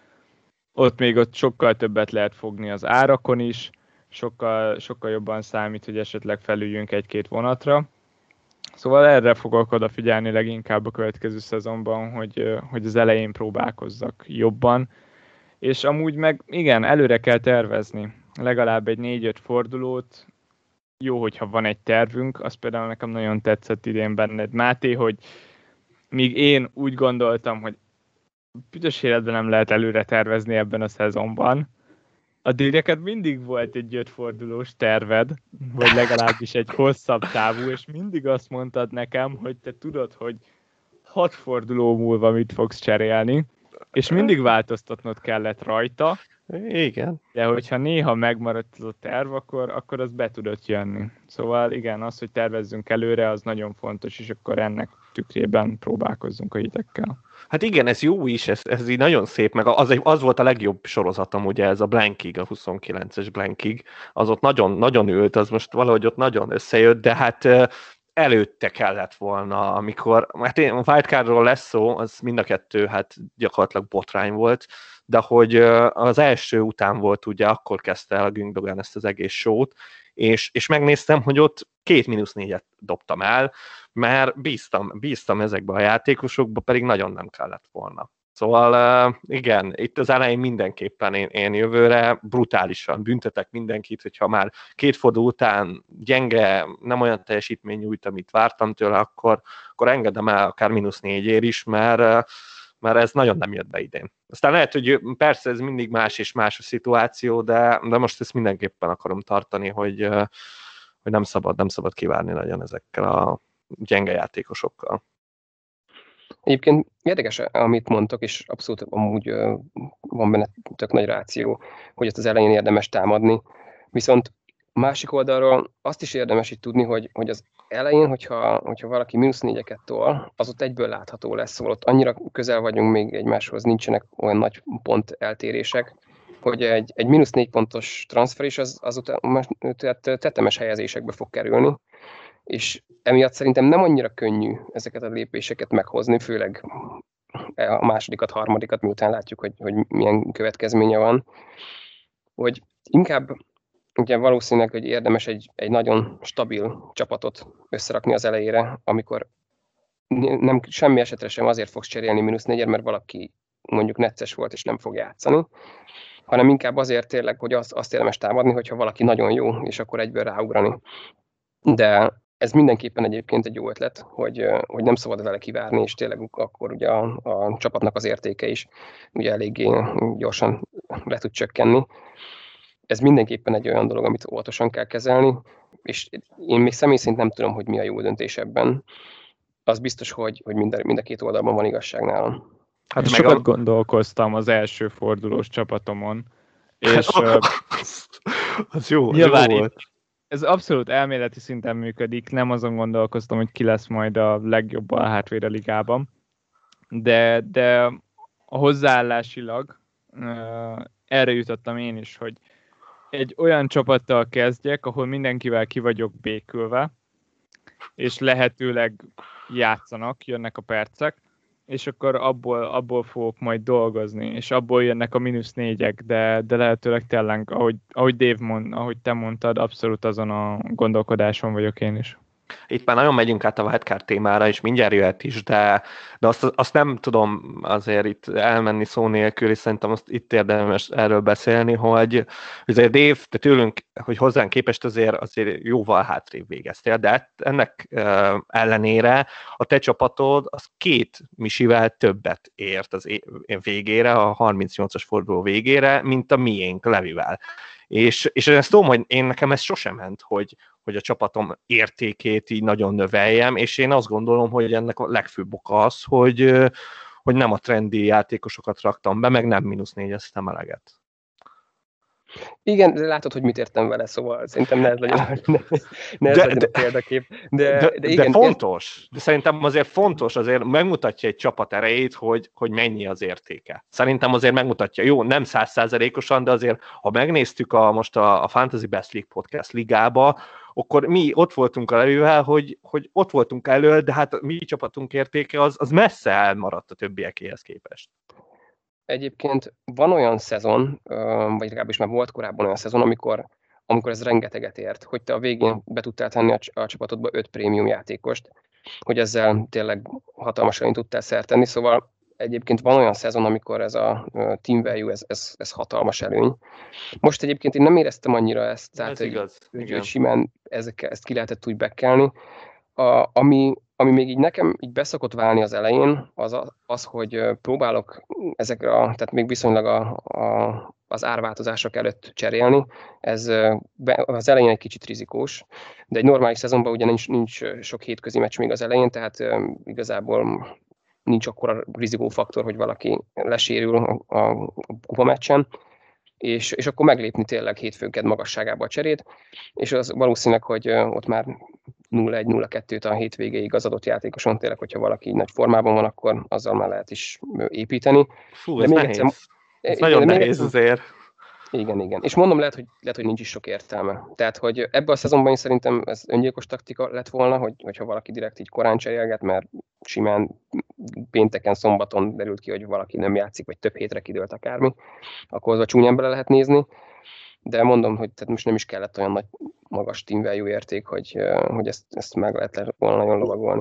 Ott sokkal többet lehet fogni az árakon is, sokkal jobban számít, hogy esetleg felüljünk 1-2 vonatra. Szóval erre fogok odafigyelni leginkább a következő szezonban, hogy az elején próbálkozzak jobban. És amúgy meg igen, előre kell tervezni. Legalább egy 4-5 fordulót. Jó, hogyha van egy tervünk, az például nekem nagyon tetszett idén benned, Máté, hogy míg én úgy gondoltam, hogy büdös életben nem lehet előre tervezni ebben a szezonban, addig neked mindig volt egy 5 fordulós terved, vagy legalábbis egy hosszabb távú, és mindig azt mondtad nekem, hogy te tudod, hogy 6 forduló múlva mit fogsz cserélni, és mindig változtatnod kellett rajta. Igen. De hogyha néha megmaradt az a terv, akkor az be tudott jönni. Szóval igen, az, hogy tervezzünk előre, az nagyon fontos, és akkor ennek tükrében próbálkozzunk a hitekkel. Hát igen, ez jó is, ez így nagyon szép, meg az volt a legjobb sorozatom, ugye ez a Blankig, a 29-es Blankig, az ott nagyon, nagyon ült, az most valahogy ott nagyon összejött, de hát előtte kellett volna, amikor, hát a wildcardról lesz szó, az mind a kettő hát gyakorlatilag botrány volt, de hogy az első után volt, ugye akkor kezdte el a Gündogan ezt az egész sót, és megnéztem, hogy ott 2 -4-et dobtam el, mert bíztam ezekbe a játékosokba, pedig nagyon nem kellett volna. Szóval igen, itt az elején mindenképpen én jövőre brutálisan büntetek mindenkit, hogyha már 2 forduló után gyenge, nem olyan teljesítmény nyújt, amit vártam tőle, akkor engedem el akár -4-ért is, mert ez nagyon nem jött be idén. Aztán lehet, hogy persze ez mindig más és más a szituáció, de most ezt mindenképpen akarom tartani, hogy nem szabad kivárni nagyon ezekkel a gyenge játékosokkal. Egyébként érdekes, amit mondtok, és abszolút amúgy van benne tök nagy ráció, hogy ezt az elején érdemes támadni. Viszont másik oldalról azt is érdemes itt tudni, hogy az elején, hogyha valaki -4-eket tol, az ott egyből látható lesz, szóval ott annyira közel vagyunk még egymáshoz, nincsenek olyan nagy pont eltérések, hogy egy -4 pontos transfer is azután tetemes helyezésekbe fog kerülni, és emiatt szerintem nem annyira könnyű ezeket a lépéseket meghozni, főleg a másodikat, harmadikat, miután látjuk, hogy milyen következménye van, hogy inkább ugye valószínűleg, hogy érdemes egy nagyon stabil csapatot összerakni az elejére, amikor nem semmi esetre sem azért fogsz cserélni -4-ért, mert valaki mondjuk necces volt és nem fog játszani, hanem inkább azért tényleg, hogy azt érdemes támadni, hogyha valaki nagyon jó, és akkor egyből ráugrani. De ez mindenképpen egyébként egy jó ötlet, hogy nem szabad vele kivárni, és tényleg akkor ugye a csapatnak az értéke is ugye eléggé gyorsan le tud csökkenni. Ez mindenképpen egy olyan dolog, amit óvatosan kell kezelni, és én még személy szerint nem tudom, hogy mi a jó döntés ebben. Az biztos, hogy mind a két oldalban van igazság nálam. Hát sokat gondolkoztam az első fordulós csapatomon, és az jó, nyilván jó volt. Ez abszolút elméleti szinten működik, nem azon gondolkoztam, hogy ki lesz majd a legjobb balhátvéd a ligában, de a hozzáállásilag erre jutottam én is, hogy egy olyan csapattal kezdjek, ahol mindenkivel ki vagyok békülve, és lehetőleg játszanak, jönnek a percek, és akkor abból fogok majd dolgozni, és abból jönnek a -4-ek, de lehetőleg tényleg, ahogy Dave ahogy te mondtad, abszolút azon a gondolkodáson vagyok én is. Itt már nagyon megyünk át a wildcard témára, és mindjárt jöhet is, de azt nem tudom azért itt elmenni szó nélkül, és szerintem azt itt érdemes erről beszélni, hogy azért Dave, te tőlünk, hogy hozzánk képest azért jóval hátrébb végeztél, de ennek ellenére a te csapatod az 2 misivel többet ért az végére, a 38-as forduló végére, mint a miénk Levivel. És ezt tudom, hogy nekem ez sosem ment, hogy a csapatom értékét így nagyon növeljem, és én azt gondolom, hogy ennek a legfőbb oka az, hogy nem a trendi játékosokat raktam be, meg nem -4-eztem eleget. Igen, de látod, hogy mit értem vele, szóval szerintem ne ez legyen a példakép. De fontos, de szerintem azért fontos, azért megmutatja egy csapat erejét, hogy mennyi az értéke. Szerintem azért megmutatja, jó, nem 100%-osan, de azért, ha megnéztük most a Fantasy Best League Podcast ligába, akkor mi ott voltunk a Levivel, hogy ott voltunk elől, de hát mi csapatunk értéke az messze elmaradt a többiekéhez képest. Egyébként van olyan szezon, vagy legalábbis már volt korábban olyan szezon, amikor ez rengeteget ért, hogy te a végén be tudtál tenni a csapatodba 5 prémium játékost, hogy ezzel tényleg hatalmas előnyt tudtál szert tenni, szóval egyébként van olyan szezon, amikor ez a team value, ez hatalmas előny. Most egyébként én nem éreztem annyira ezt, tehát hogy simán ezt ki lehetett úgy bekkelni. Ami még így nekem így beszokott válni az elején, az hogy próbálok ezekre, tehát még viszonylag az árváltozások előtt cserélni. Ez az elején egy kicsit rizikós, de egy normális szezonban ugye nincs sok hétközi meccs még az elején, tehát igazából nincs akkora rizikófaktor, hogy valaki lesérül a kupameccsen, és akkor meglépni tényleg hétfőnked magasságába a cserét, és az valószínűleg, hogy ott már 0-1-0-2-t a hétvégéig az adott játékoson, tényleg, hogyha valaki nagy formában van, akkor azzal már lehet is építeni. Fú, ez nehéz. Ez nagyon nehéz azért. Igen. És mondom, lehet, hogy nincs is sok értelme. Tehát, hogy ebben a szezonban én szerintem ez öngyilkos taktika lett volna, hogyha valaki direkt így korán cserélget, mert simán pénteken, szombaton derült ki, hogy valaki nem játszik, vagy több hétre kidőlt akármi, akkor az csúnyán bele lehet nézni. De mondom, hogy tehát most nem is kellett olyan nagy magas team value érték, hogy ezt meg lehet volna nagyon lovagolni.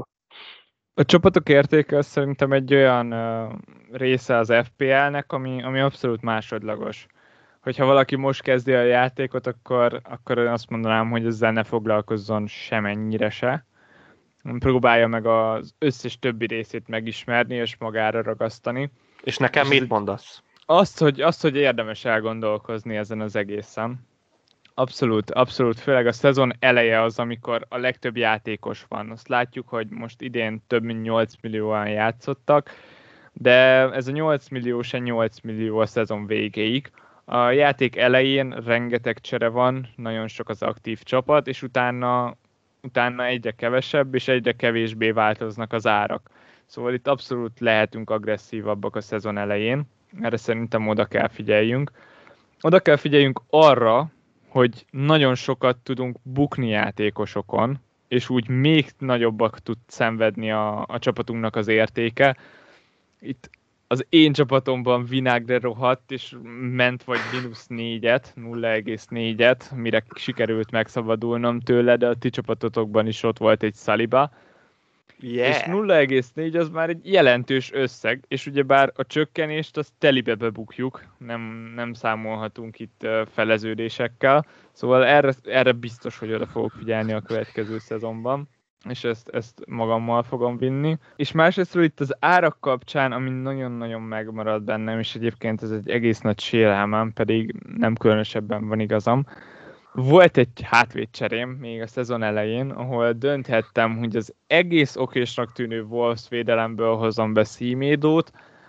A csapatok értéke szerintem egy olyan része az FPL-nek, ami abszolút másodlagos. Hogyha valaki most kezdi a játékot, akkor azt mondanám, hogy ezzel ne foglalkozzon semennyire se. Próbálja meg az összes többi részét megismerni és magára ragasztani. És nekem mit mondasz? Azt, hogy érdemes elgondolkozni ezen az egészen. Abszolút, főleg a szezon eleje az, amikor a legtöbb játékos van. Azt látjuk, hogy most idén több mint 8 millióan játszottak, de ez a 8 millió se 8 millió a szezon végéig. A játék elején rengeteg csere van, nagyon sok az aktív csapat, és utána egyre kevesebb, és egyre kevésbé változnak az árak. Szóval itt abszolút lehetünk agresszívabbak a szezon elején, erre szerintem oda kell figyeljünk. Oda kell figyeljünk arra, hogy nagyon sokat tudunk bukni játékosokon, és úgy még nagyobbak tud szenvedni a csapatunknak az értéke. Itt az én csapatomban Vinagre rohadt, és ment vagy -4-et, 0,4-et, mire sikerült megszabadulnom tőle, de a ti csapatotokban is ott volt egy Saliba. Yeah. És 0,4 az már egy jelentős összeg, és ugyebár a csökkenést azt telibe bebukjuk, nem számolhatunk itt feleződésekkel, szóval erre biztos, hogy oda fogok figyelni a következő szezonban, és ezt magammal fogom vinni. És másrésztről itt az árak kapcsán, ami nagyon-nagyon megmarad bennem, és egyébként ez egy egész nagy sérelmem, pedig nem különösebben van igazam. Volt egy hátvédcserém még a szezon elején, ahol dönthettem, hogy az egész okésnak tűnő Wolves védelemből hozom be Semedo-t,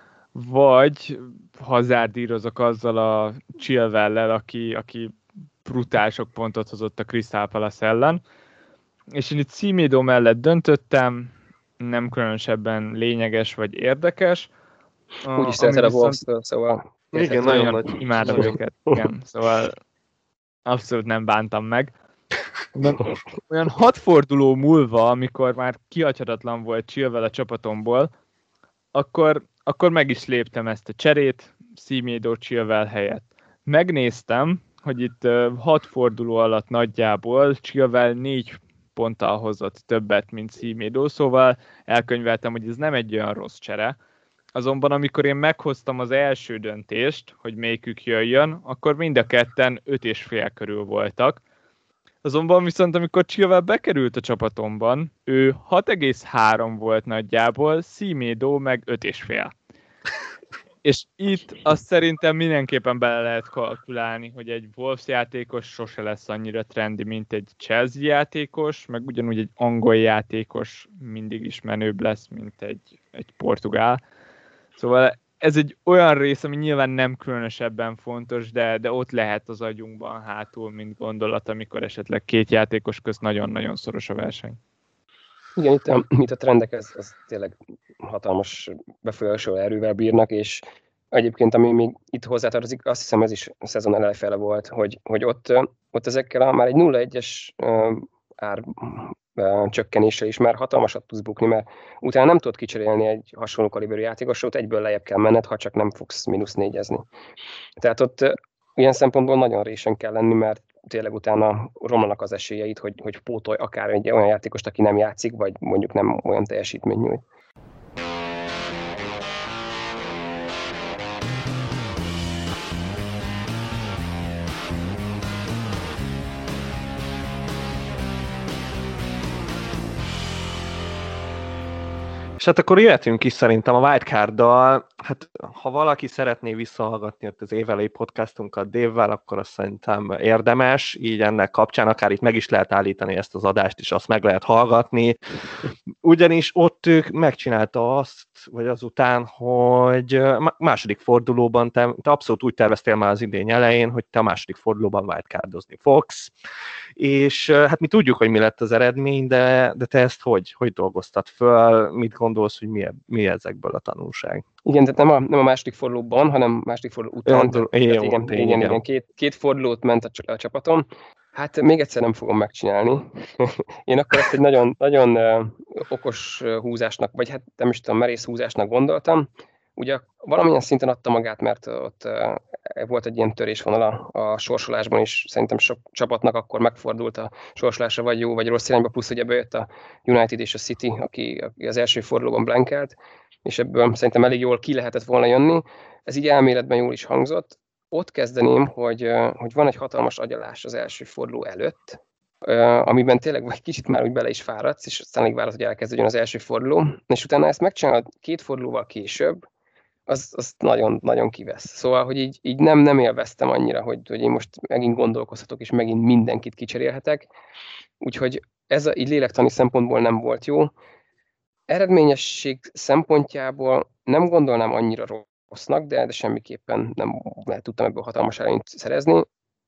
vagy hazárdírozok azzal a Chilwell-lel, aki brutál sok pontot hozott a Crystal Palace ellen. És én itt Semedo mellett döntöttem, nem különösebben lényeges vagy érdekes. Úgyis szereted a Wolves-től, szóval... Igen, nagyon nagy imádom őket. Igen, szóval abszolút nem bántam meg. Olyan 6 forduló múlva, amikor már kihagyhatatlan volt Chilwell a csapatomból, akkor meg is léptem ezt a cserét Semedo Chilwell helyett. Megnéztem, hogy itt 6 forduló alatt nagyjából Chilwell 4 ponttal hozott többet, mint Semedo, szóval elkönyveltem, hogy ez nem egy olyan rossz csere. Azonban amikor én meghoztam az első döntést, hogy melyikük jöjjön, akkor mind a ketten 5,5 körül voltak. Azonban viszont amikor Chilwell bekerült a csapatomban, ő 6,3 volt nagyjából, Semedo meg 5,5. És itt azt szerintem mindenképpen bele lehet kalkulálni, hogy egy Wolves játékos sose lesz annyira trendi, mint egy Chelsea játékos, meg ugyanúgy egy angol játékos mindig is menőbb lesz, mint egy portugál. Szóval ez egy olyan rész, ami nyilván nem különösebben fontos, de ott lehet az agyunkban hátul, mint gondolat, amikor esetleg két játékos közt nagyon-nagyon szoros a verseny. Igen, itt a trendek, ez tényleg hatalmas befolyásoló erővel bírnak, és egyébként, ami még itt hozzátartozik, azt hiszem ez is a szezon elejefele volt, hogy ott ezekkel már egy 0-1-es ár csökkenéssel is már hatalmasat tudsz bukni, mert utána nem tudod kicserélni egy hasonló kaliberű játékosról, egyből lejjebb kell menned, ha csak nem fogsz -4-ezni. Tehát ott ilyen szempontból nagyon résen kell lenni, mert tényleg utána romlanak az esélyeit, hogy pótolj akár egy olyan játékost, aki nem játszik, vagy mondjuk nem olyan teljesítmény nyújt. És hát akkor jöhetünk is szerintem a wildcarddal. Hát ha valaki szeretné visszahallgatni ott az évelei podcastunkat Dave-vel, akkor azt szerintem érdemes, így ennek kapcsán akár itt meg is lehet állítani ezt az adást, és azt meg lehet hallgatni. Ugyanis ott ők megcsinálta azt, vagy azután, hogy második fordulóban te abszolút úgy terveztél már az idény elején, hogy te a második fordulóban wildcardozni fogsz. És hát mi tudjuk, hogy mi lett az eredmény, de te ezt hogy dolgoztad föl, mit gondolsz, hogy mi ezekből a tanulság? Igen, tehát nem a második fordulóban, hanem második forduló után. Igen. Két fordulót ment a csapatom. Hát még egyszer nem fogom megcsinálni. Én akkor ezt egy nagyon, nagyon okos húzásnak, vagy hát nem is tudom, merész húzásnak gondoltam. Ugye valamilyen szinten adta magát, mert ott volt egy ilyen törésvonal a sorsolásban is. Szerintem sok csapatnak akkor megfordult a sorsolásra, vagy jó, vagy rossz irányba, plusz ugye bejött a United és a City, aki az első fordulóban blankelt, és ebből szerintem elég jól ki lehetett volna jönni. Ez így elméletben jól is hangzott. Ott kezdeném, hogy van egy hatalmas agyalás az első forduló előtt, amiben tényleg egy kicsit már úgy bele is fáradsz, és aztán alig várod, hogy elkezdődjön az első forduló, és utána ezt megcsinálod 2 fordulóval később, az nagyon, nagyon kivesz. Szóval, hogy így nem élveztem annyira, hogy én most megint gondolkozhatok, és megint mindenkit kicserélhetek. Úgyhogy ez így lélektani szempontból nem volt jó. Eredményesség szempontjából nem gondolnám annyira rossznak, de semmiképpen nem tudtam ebből hatalmas előnyt szerezni.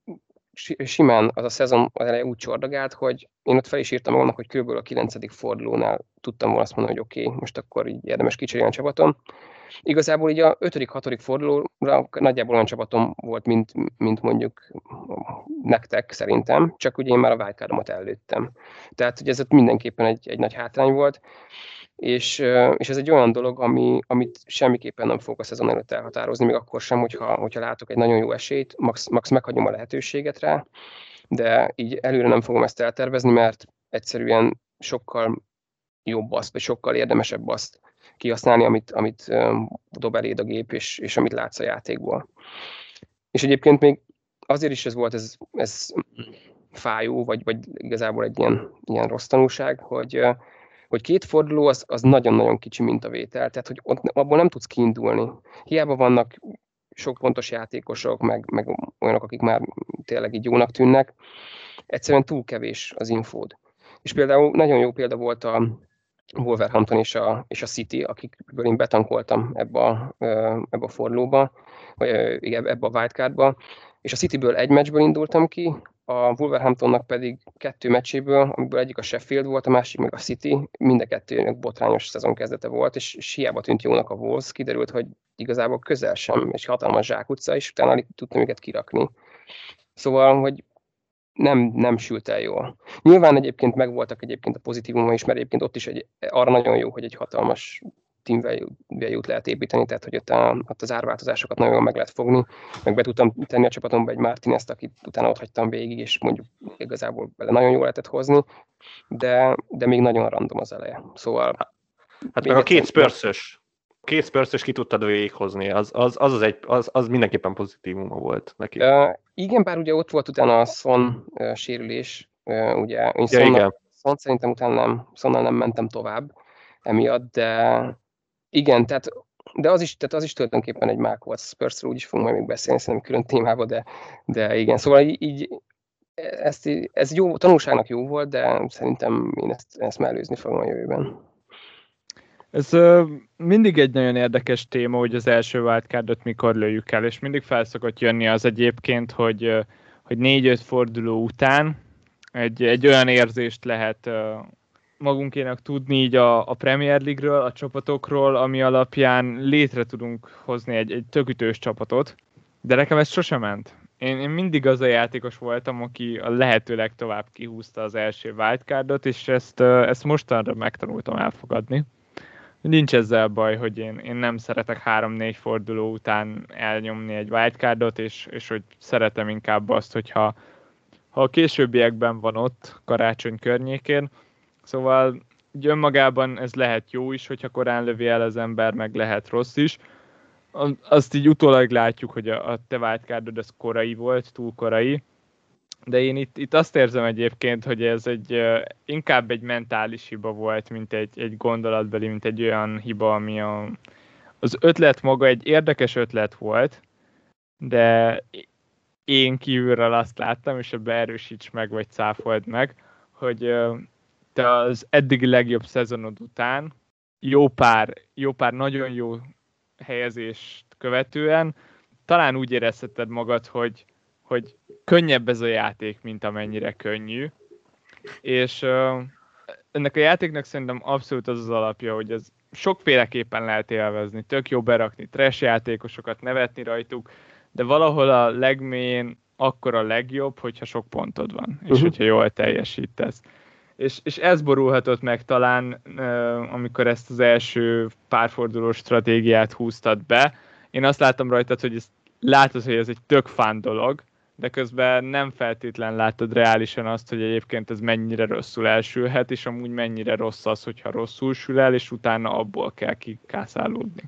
Simán az a szezon az eleje úgy csordagált, hogy én ott fel is írtam magamnak, hogy kb. A 9. fordulónál tudtam volna azt mondani, hogy oké, most akkor így érdemes kicserélni a csapatom. Igazából így a 5.-6. fordulóra nagyjából olyan csapatom volt, mint mondjuk nektek szerintem, csak ugye én már a wildcardomat előttem. Tehát ugye ez ott mindenképpen egy nagy hátrány volt, és ez egy olyan dolog, amit semmiképpen nem fogok a szezon előtt elhatározni, még akkor sem, hogyha látok egy nagyon jó esélyt, max meghagyom a lehetőséget rá, de így előre nem fogom ezt eltervezni, mert egyszerűen sokkal jobb azt, vagy sokkal érdemesebb azt kihasználni, amit dob eléd a gép, és amit látsz a játékból. És egyébként még azért is ez volt ez fájó, vagy igazából egy ilyen rossz tanulság, hogy 2 forduló az nagyon-nagyon kicsi mintavétel, tehát hogy abból nem tudsz kiindulni. Hiába vannak sok pontos játékosok, meg olyanok, akik már tényleg így jónak tűnnek, egyszerűen túl kevés az infód. És például nagyon jó példa volt a Wolverhampton és a City, akikből én betankoltam ebbe a fordulóba, vagy ebbe a wildcardba, és a Cityből egy meccsből indultam ki, a Wolverhamptonnak pedig 2 meccséből, amiből egyik a Sheffield volt, a másik meg a City, mind a kettőnek botrányos szezon kezdete volt, és hiába tűnt jónak a Wolves, kiderült, hogy igazából közel sem, és hatalmas zsákutca, és utána alig tudtam őket kirakni. Szóval, hogy nem sült el jól. Nyilván egyébként megvoltak egyébként a pozitívumai is, mert egyébként ott is arra nagyon jó, hogy egy hatalmas team value-t lehet építeni, tehát hogy ott az árváltozásokat nagyon jól meg lehet fogni, meg be tudtam tenni a csapatomba egy Martinez-t, akit utána ott hagytam végig, és mondjuk igazából bele nagyon jól lehetett hozni, de még nagyon random az eleje. Szóval... Hát meg a két Spurs-ös ki tudtad végighozni, az mindenképpen pozitívuma volt neki. Igen, bár ugye ott volt utána a Son sérülés, ugye én Son szerintem utána Sonnal nem mentem tovább emiatt, de igen, tehát az is tulajdonképpen egy mák volt. Spursről úgyis fogunk majd még beszélni, szerintem külön témába, de igen, szóval így ez jó, tanulságnak jó volt, de szerintem én ezt mellőzni fogom a jövőben. Ez mindig egy nagyon érdekes téma, hogy az első wildcardot mikor lőjük el, és mindig felszokott jönni az egyébként, hogy 4-5 forduló után egy olyan érzést lehet magunkénak tudni így a Premier League-ről, a csapatokról, ami alapján létre tudunk hozni egy tök ütős csapatot, de nekem ez sosem ment. Én mindig az a játékos voltam, aki a lehető legtovább kihúzta az első wildcardot, és ezt mostanra megtanultam elfogadni. Nincs ezzel baj, hogy én nem szeretek 3-4 forduló után elnyomni egy wildcardot, és hogy szeretem inkább azt, hogyha a későbbiekben van ott, karácsony környékén. Szóval önmagában ez lehet jó is, hogyha korán lövi el az ember, meg lehet rossz is. Azt így utólag látjuk, hogy a te wildcardod az korai volt, túl korai. De én itt azt érzem egyébként, hogy ez inkább egy mentális hiba volt, mint egy gondolatbeli, mint egy olyan hiba, ami az ötlet maga egy érdekes ötlet volt, de én kívülről azt láttam, és ebbe erősíts meg, vagy cáfold meg, hogy te az eddigi legjobb szezonod után jó pár nagyon jó helyezést követően talán úgy érezheted magad, hogy könnyebb ez a játék, mint amennyire könnyű. És ennek a játéknak szerintem abszolút az alapja, hogy ez sokféleképpen lehet élvezni. Tök jó berakni trash játékosokat, nevetni rajtuk, de valahol a legmélyén akkor a legjobb, hogyha sok pontod van, és hogyha jól teljesítesz. És ez borulhatott meg talán, amikor ezt az első párfordulós stratégiát húztad be. Én azt láttam rajtad, hogy látod, hogy ez egy tök fán dolog, de közben nem feltétlen látod reálisan azt, hogy egyébként ez mennyire rosszul elsülhet, és amúgy mennyire rossz az, hogyha rosszul sül el, és utána abból kell kikászálódni.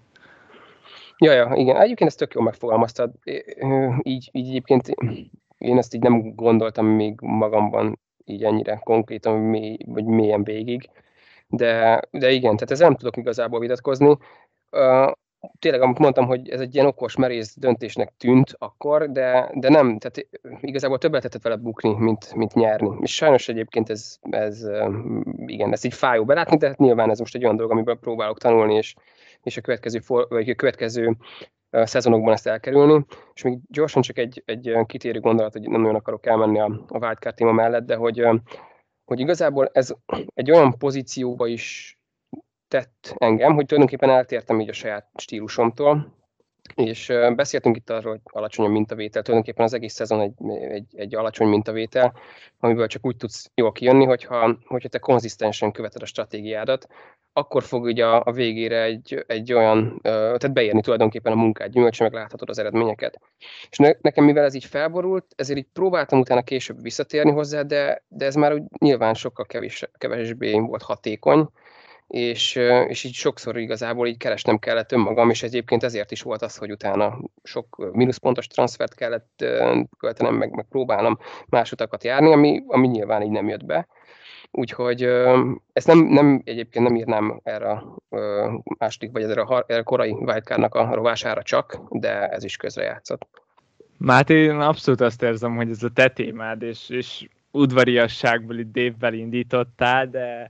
Ja, igen. Egyébként ezt tök jól megfogalmaztad. Így egyébként én ezt így nem gondoltam még magamban így ennyire konkrétan, vagy mélyen végig. De igen, tehát ezzel nem tudok igazából vitatkozni. Tényleg, amit mondtam, hogy ez egy ilyen okos, merész döntésnek tűnt akkor, de nem, tehát igazából többet lehetett vele bukni, mint nyerni. És sajnos egyébként ez így fájó belátni, de hát nyilván ez most egy olyan dolog, amiből próbálok tanulni, és a következő szezonokban ezt elkerülni. És még gyorsan csak egy kitérő gondolat, hogy nem nagyon akarok elmenni a wildcard téma mellett, de hogy igazából ez egy olyan pozícióba is tett engem, hogy tulajdonképpen eltértem így a saját stílusomtól, és beszéltünk itt arról, hogy alacsony a mintavétel, tulajdonképpen az egész szezon egy alacsony mintavétel, amiből csak úgy tudsz jól kijönni, hogyha te konzisztensen követed a stratégiádat, akkor fog ugye a végére egy olyan, tehát beérni tulajdonképpen a munkád gyümölcse, meg láthatod az eredményeket. És nekem, mivel ez így felborult, ezért így próbáltam utána később visszatérni hozzá, de ez már úgy nyilván sokkal kevésbé volt hatékony, és így sokszor igazából így keresnem kellett önmagam, és egyébként ezért is volt az, hogy utána sok mínuszpontos transfert kellett költenem, meg próbálnom más utakat járni, ami nyilván így nem jött be. Úgyhogy ezt egyébként nem írnám erre a második, vagy erre a korai wildcardnak a rovására csak, de ez is közrejátszott. Máté, én abszolút azt érzem, hogy ez a te témád, és udvariasságból itt Dave-vel indítottál,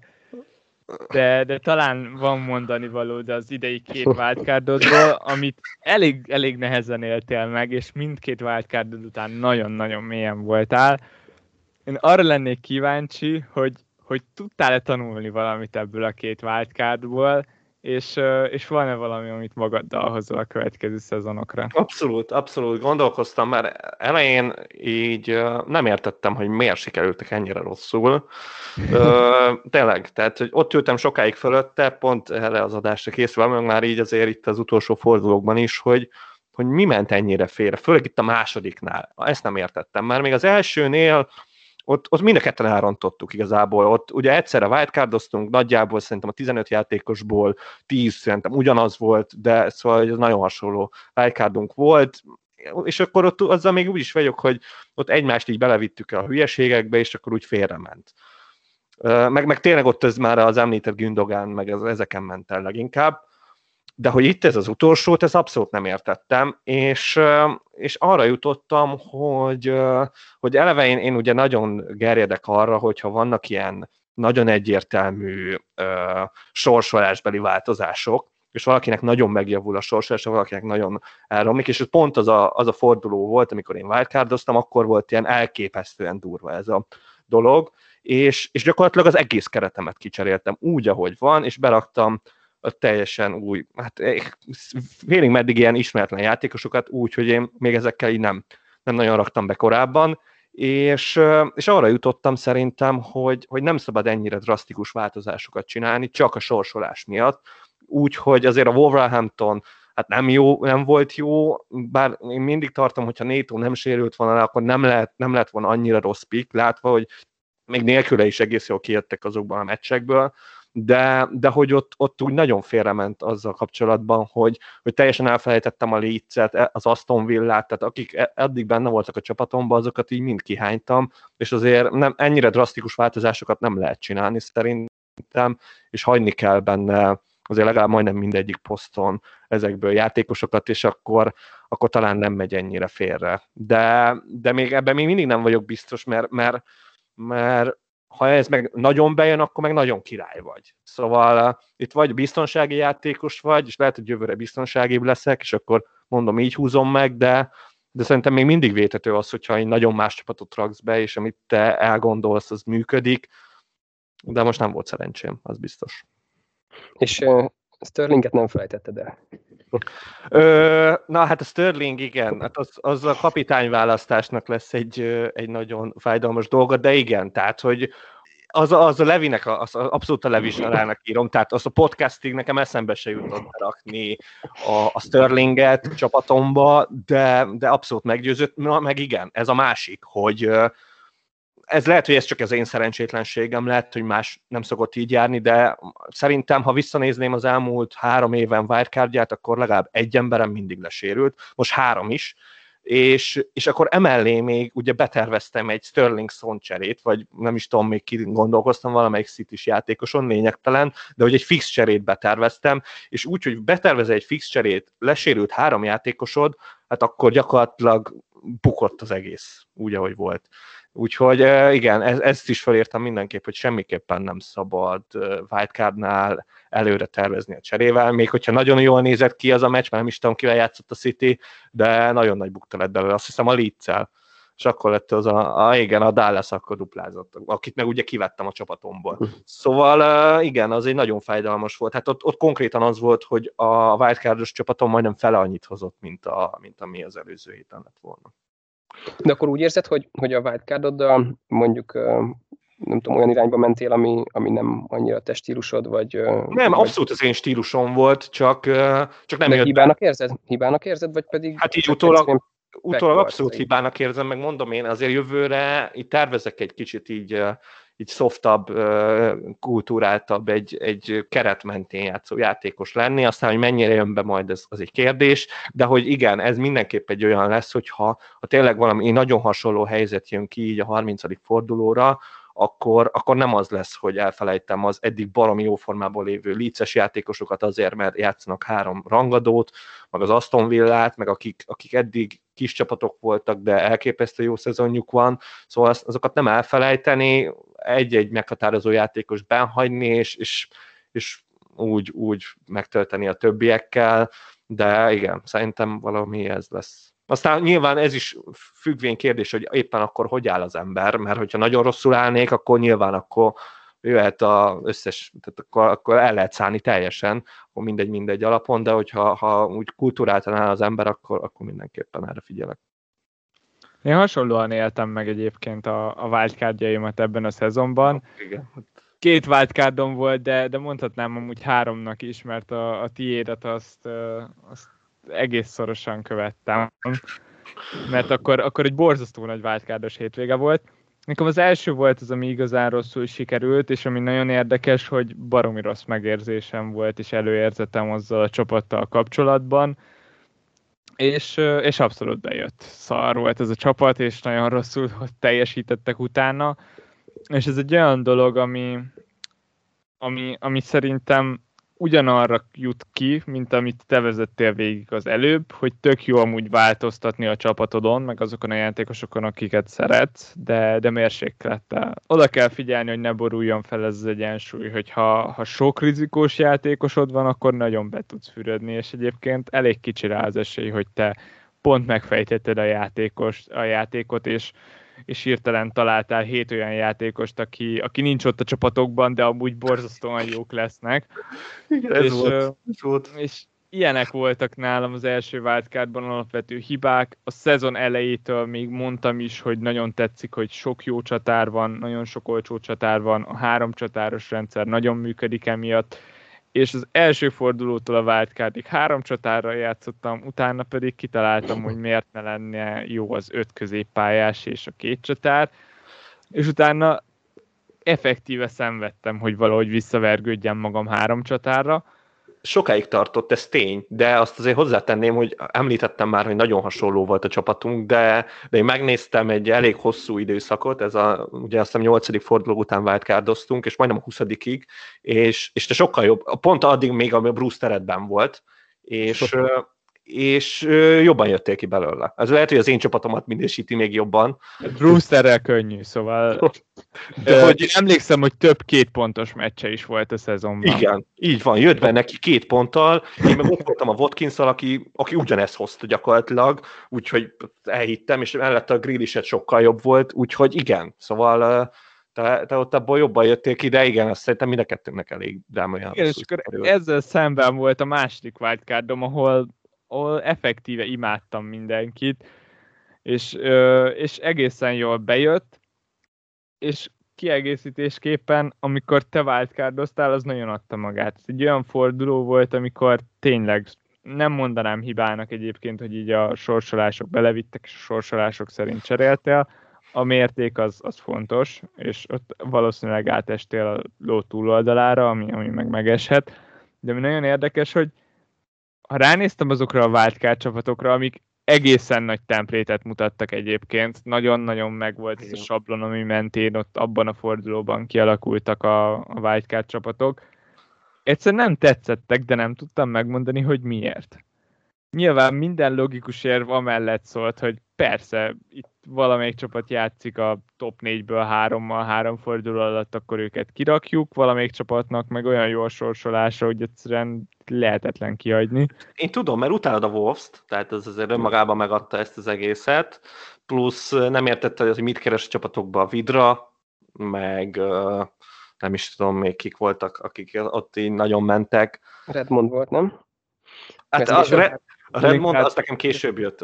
de talán van mondani valód az idei két wildcardodról, amit elég nehezen éltél meg, és mindkét wildcardod után nagyon-nagyon mélyen voltál. Én arra lennék kíváncsi, hogy tudtál-e tanulni valamit ebből a két wildcardból, és van-e valami, amit magaddal hozol a következő szezonokra? Abszolút gondolkoztam, mert elején így nem értettem, hogy miért sikerültek ennyire rosszul. Tényleg, tehát hogy ott ültem sokáig fölötte, pont erre az adásra készülve, meg már így azért itt az utolsó fordulókban is, hogy mi ment ennyire félre, főleg itt a másodiknál. Ezt nem értettem, mert még az elsőnél ott mind a ketten elrontottuk igazából. Ott ugye egyszerre wildcardoztunk, nagyjából szerintem a 15 játékosból 10 szerintem ugyanaz volt, de szóval ez nagyon hasonló wildcardunk volt, és akkor ott azzal még úgy is vagyok, hogy ott egymást így belevittük a hülyeségekbe, és akkor úgy félrement. Meg tényleg ott ez már az említett Gündogan, meg ezeken ment el leginkább. De hogy itt ez az utolsót, ez abszolút nem értettem, és arra jutottam, hogy eleve én ugye nagyon gerjedek arra, hogyha vannak ilyen nagyon egyértelmű sorsolásbeli változások, és valakinek nagyon megjavul a sorsolása, valakinek nagyon elromlik, és pont az a forduló volt, amikor én wildcardoztam, akkor volt ilyen elképesztően durva ez a dolog, és gyakorlatilag az egész keretemet kicseréltem úgy, ahogy van, és beraktam teljesen új, hát félig meddig ilyen ismeretlen játékosokat, úgy, hogy én még ezekkel így nem nagyon raktam be korábban, és arra jutottam szerintem, hogy nem szabad ennyire drasztikus változásokat csinálni, csak a sorsolás miatt, úgyhogy azért a Wolverhampton hát nem volt jó, bár én mindig tartom, hogyha Neto nem sérült volna le, akkor nem lett volna annyira rossz pick, látva, hogy még nélküle is egész jól kijöttek azokban a meccsekből, de hogy ott úgy nagyon félrement azzal kapcsolatban, hogy teljesen elfelejtettem a Leeds-et, az Aston Villát, tehát akik eddig benne voltak a csapatomban, azokat így mind kihánytam, és azért nem, ennyire drasztikus változásokat nem lehet csinálni szerintem, és hagyni kell benne azért legalább majdnem mindegyik poszton ezekből játékosokat, és akkor talán nem megy ennyire félre. De még ebben még mindig nem vagyok biztos, mert ha ez meg nagyon bejön, akkor meg nagyon király vagy. Szóval itt vagy biztonsági játékos vagy, és lehet, hogy jövőre biztonságibb leszek, és akkor mondom, így húzom meg, de szerintem még mindig vétető az, hogyha egy nagyon más csapatot raksz be, és amit te elgondolsz, az működik, de most nem volt szerencsém, az biztos. És Sterlinget nem felejtetted el. Na hát a Sterling, igen, hát az a kapitányválasztásnak lesz egy nagyon fájdalmas dolga, de igen, tehát, hogy az a Levinek, az abszolút a Levi sarának írom, tehát az a podcastig nekem eszembe se jutott rakni a Sterlinget csapatomba, de abszolút meggyőzött, meg igen, ez a másik, hogy ez lehet, hogy ez csak az én szerencsétlenségem, lehet, hogy más nem szokott így járni, de szerintem, ha visszanézném az elmúlt 3 éven wildcardját, akkor legalább egy emberem mindig lesérült, most 3 is, és akkor emellé még ugye beterveztem egy Sterling Son cserét, vagy nem is tudom, még gondolkoztam valamelyik City-s játékoson, lényegtelen, de hogy egy fix cserét beterveztem, és úgy, hogy betervezel egy fix cserét, lesérült 3 játékosod, hát akkor gyakorlatilag bukott az egész, úgy, ahogy volt. Úgyhogy igen, ezt is felírtam mindenképp, hogy semmiképpen nem szabad wildcardnál előre tervezni a cserével, még hogyha nagyon jól nézett ki az a meccs, mert nem is tudom, kivel játszott a City, de nagyon nagy bukta lett belőle, azt hiszem a Leeds-el, és akkor lett az igen, a Dallas akkor duplázott, akit meg ugye kivettem a csapatomból. Szóval igen, az egy nagyon fájdalmas volt. Hát ott konkrétan az volt, hogy a wildcardos csapatom majdnem fele annyit hozott, mint ami az előző héten lett volna. De akkor úgy érzed, hogy a wildcardoddal mondjuk nem tudom, olyan irányba mentél, ami nem annyira te stílusod, vagy... Nem, abszolút az én stílusom volt, csak nem jött. Hibának érzed, vagy pedig... Hát így utólag abszolút hibának érzem, meg mondom én, azért jövőre itt tervezek egy kicsit így szoftabb, kultúráltabb, egy keret mentén játszó játékos lenni, aztán, hogy mennyire jön be majd, az egy kérdés, de hogy igen, ez mindenképp egy olyan lesz, hogyha tényleg valami nagyon hasonló helyzet jön ki így a 30. fordulóra, akkor nem az lesz, hogy elfelejtem az eddig baromi jó formában lévő Leeds-es játékosokat azért, mert játszanak 3 rangadót, meg az Aston Villát, meg akik eddig kis csapatok voltak, de elképesztő jó szezonjuk van, szóval azokat nem elfelejteni, egy-egy meghatározó játékos benhagyni, és úgy megtölteni a többiekkel, de igen, szerintem valami ez lesz. Aztán nyilván ez is függvény kérdés, hogy éppen akkor hogy áll az ember, mert hogyha nagyon rosszul állnék, akkor nyilván akkor jöhet az összes, tehát akkor el lehet szállni teljesen, akkor mindegy alapon, de hogyha úgy kultúráltan áll az ember, akkor mindenképpen erre figyelek. Én hasonlóan éltem meg egyébként a wildcardjaimat ebben a szezonban. Igen. 2 wildcardom volt, de mondhatnám amúgy 3-nak is, mert a tiédet azt egész szorosan követtem. Mert akkor egy borzasztó nagy wildcardos hétvége volt. Nekem az első volt az, ami igazán rosszul sikerült, és ami nagyon érdekes, hogy baromi rossz megérzésem volt, és előérzetem azzal a csapattal kapcsolatban, és abszolút bejött. Szar volt ez a csapat, és nagyon rosszul teljesítettek utána, és ez egy olyan dolog, ami szerintem ugyanarra jut ki, mint amit te vezettél végig az előbb, hogy tök jó amúgy változtatni a csapatodon, meg azokon a játékosokon, akiket szeretsz, de mérséklettel. Oda kell figyelni, hogy ne boruljon fel ez az egyensúly, hogy ha sok rizikós játékosod van, akkor nagyon be tudsz fürödni, és egyébként elég kicsi rá az esély, hogy te pont megfejtetted a játékot, és hirtelen találtál 7 olyan játékost, aki nincs ott a csapatokban, de amúgy borzasztóan jók lesznek. Igen, ez volt. És ilyenek voltak nálam az első wildcardban alapvető hibák. A szezon elejétől még mondtam is, hogy nagyon tetszik, hogy sok jó csatár van, nagyon sok olcsó csatár van, a 3 csatáros rendszer nagyon működik emiatt, és az első fordulótól a wildcardig 3 csatárral játszottam, utána pedig kitaláltam, hogy miért ne lenne jó az 5 középpályás és a 2 csatár, és utána effektíve szenvedtem, hogy valahogy visszavergődjem magam 3 csatárra. Sokáig tartott, ez tény, de azt azért hozzátenném, hogy említettem már, hogy nagyon hasonló volt a csapatunk, de én megnéztem egy elég hosszú időszakot, ugye azt hiszem 8. forduló után wildcardoztunk, és majdnem a 20-ig, és te sokkal jobb, pont addig még a Bruce teredben volt, és jobban jöttél ki belőle. Ez lehet, hogy az én csapatomat minősíti még jobban. Brewsterrel könnyű, szóval de hogy emlékszem, hogy több 2 pontos meccse is volt a szezonban. Igen, így van, jött be neki 2 ponttal, én meg ott voltam a Watkinsszal, aki ugyanezt hozta gyakorlatilag, úgyhogy elhittem, és mellette a Grealish sokkal jobb volt, úgyhogy igen, szóval te ott abból jobban jöttél ki, de igen, azt szerintem mind a kettőnknek elég drámaian. Igen, és akkor ezzel szemben volt a második wildcardom, ahol effektíve imádtam mindenkit, és egészen jól bejött, és kiegészítésképpen, amikor te wildcardoztál, az nagyon adta magát. Ez egy olyan forduló volt, amikor tényleg nem mondanám hibának egyébként, hogy így a sorsolások belevittek, és a sorsolások szerint cseréltél. A mérték az fontos, és ott valószínűleg átestél a ló túloldalára, ami meg megeshet. De ami nagyon érdekes, hogy ha ránéztem azokra a wildcard csapatokra, amik egészen nagy templétet mutattak egyébként, nagyon-nagyon megvolt ez a sablon, ami mentén ott abban a fordulóban kialakultak a wildcard csapatok. Egyszerűen nem tetszettek, de nem tudtam megmondani, hogy miért. Nyilván minden logikus érv amellett szólt, hogy persze, itt valamelyik csapat játszik a top 4-ből 3-mal 3 forduló alatt, akkor őket kirakjuk, valamelyik csapatnak meg olyan jó a sorsolása, hogy egyszerűen lehetetlen kihagyni. Én tudom, mert utálod a Wolves-t, tehát ez azért önmagában megadta ezt az egészet, plusz nem értette, hogy mit keres a csapatokba a Vidra, meg nem is tudom még kik voltak, akik ott így nagyon mentek. Redmond volt, nem? Hát a Redmond az nekem később jött.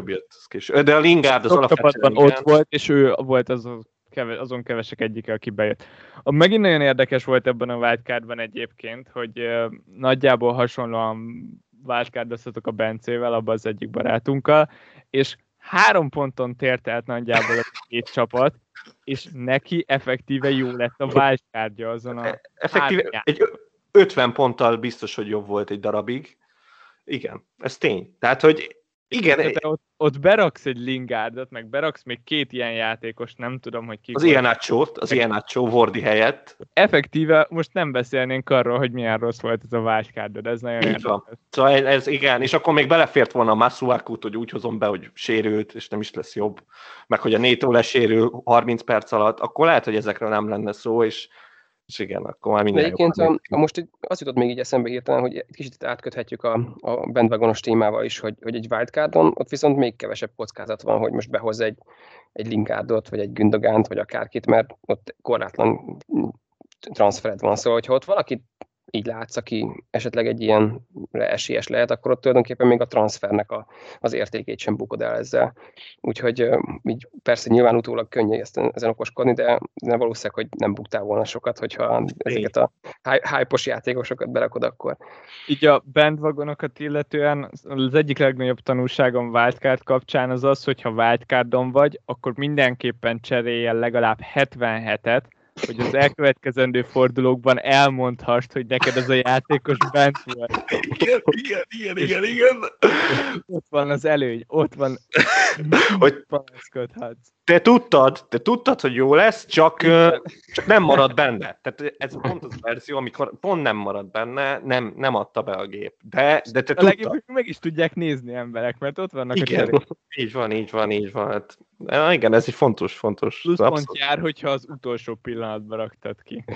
De a Lingard az alapvetően ott volt, és ő volt azon kevesek egyike, aki bejött. Megint nagyon érdekes volt ebben a wildcardban egyébként, hogy nagyjából hasonlóan wildcardoztatok a Bencével, abban az egyik barátunkkal, és 3 ponton tért el nagyjából a 2 csapat, és neki effektíve jó lett a wildcardja azon a effektíve egy 50 ponttal biztos, hogy jobb volt egy darabig. Igen, ez tény. Tehát, hogy igen. De ott beraksz egy Lingardot, meg beraksz még 2 ilyen játékost, nem tudom, hogy kik. Az Iheanacho Wardy helyett. Effektíve most nem beszélnénk arról, hogy milyen rossz volt ez a wildcard, de ez nagyon érdekes. Szóval ez igen, és akkor még belefért volna a Masuakut, hogy úgy hozom be, hogy sérült, és nem is lesz jobb, meg hogy a Neto lesérül 30 perc alatt, akkor lehet, hogy ezekről nem lenne szó, és igen, akkor már minden egyébként most az jutott még így eszembe hirtelen, hogy egy kicsit átköthetjük a bandwagonos témával is, hogy egy wildcardon ott viszont még kevesebb kockázat van, hogy most behoz egy Lingardot, vagy egy Gündogánt, vagy akárkit, mert ott korlátlan transfered van. Szóval, hogyha ott valaki így látsz, aki esetleg egy ilyen esélyes lehet, akkor ott tulajdonképpen még a transfernek az értékét sem bukod el ezzel. Úgyhogy így persze nyilván utólag könnyű ezen okoskodni, de valószínűleg, hogy nem buktál volna sokat, hogyha ezeket a hype-os játékosokat berakod akkor. Így a bandwagonokat illetően az egyik legnagyobb tanulságom wildcard kapcsán az az, hogyha wildcardon vagy, akkor mindenképpen cseréljen legalább 77-et, hogy az elkövetkezendő fordulókban elmondhassd, hogy neked ez a játékos bent volt. Igen. Ott van az előny, ott van, hogy panaszkodhatsz. Te tudtad, hogy jó lesz, csak nem marad benne. Tehát ez pont az a verzió, amikor pont nem marad benne, nem adta be a gép. De te tudtad. Legjobb, meg is tudják nézni emberek, mert ott vannak igen, a cserék. így van. Hát, igen, ez egy fontos. Plusz pont jár, hogyha az utolsó pillanatban raktad ki.